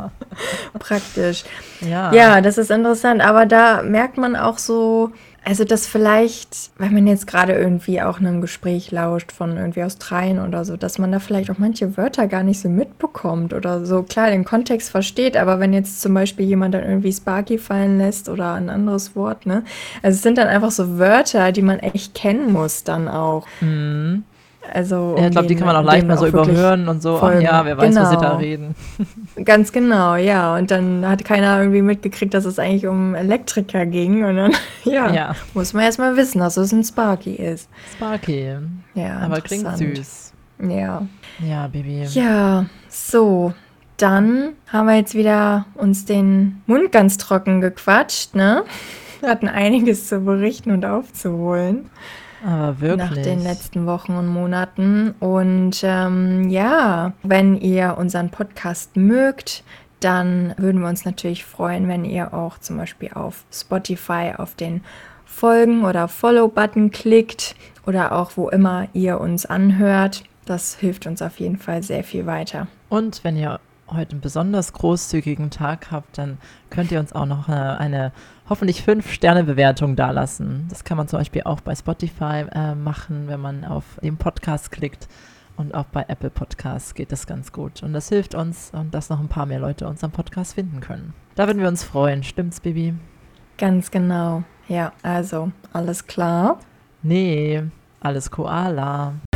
Praktisch. Ja. Ja, das ist interessant. Aber da merkt man auch so, also dass vielleicht, wenn man jetzt gerade irgendwie auch einem Gespräch lauscht von irgendwie Australien oder so, dass man da vielleicht auch manche Wörter gar nicht so mitbekommt oder so. Klar, den Kontext versteht, aber wenn jetzt zum Beispiel jemand dann irgendwie Sparky fallen lässt oder ein anderes Wort, ne? Also es sind dann einfach so Wörter, die man echt kennen muss dann auch. Mhm. Also, Ja, um ich glaube, die denen- kann man auch um leicht denen mal so wirklich überhören und so, ach folgen. ja, wer weiß, was sie da Genau. reden. Ganz genau, ja. Und dann hat keiner irgendwie mitgekriegt, dass es eigentlich um Elektriker ging. Und dann, ja, Ja, muss man erstmal wissen, dass es ein Sparky ist. Sparky. Ja, Aber klingt interessant. süß. Ja. Ja, Baby. Ja, so. Dann haben wir jetzt wieder uns den Mund ganz trocken gequatscht, ne? Hatten einiges zu berichten und aufzuholen. Aber wirklich. Nach den letzten Wochen und Monaten. Und ähm, ja, wenn ihr unseren Podcast mögt, dann würden wir uns natürlich freuen, wenn ihr auch zum Beispiel auf Spotify auf den Folgen- oder Follow-Button klickt oder auch wo immer ihr uns anhört. Das hilft uns auf jeden Fall sehr viel weiter. Und wenn ihr heute einen besonders großzügigen Tag habt, dann könnt ihr uns auch noch eine, eine hoffentlich fünf Sterne Bewertung dalassen. Das kann man zum Beispiel auch bei Spotify äh, machen, wenn man auf den Podcast klickt. Und auch bei Apple Podcasts geht das ganz gut. Und das hilft uns, und dass noch ein paar mehr Leute unseren Podcast finden können. Da würden wir uns freuen. Stimmt's, Baby? Ganz genau. Ja, also alles klar. Nee, alles Koala.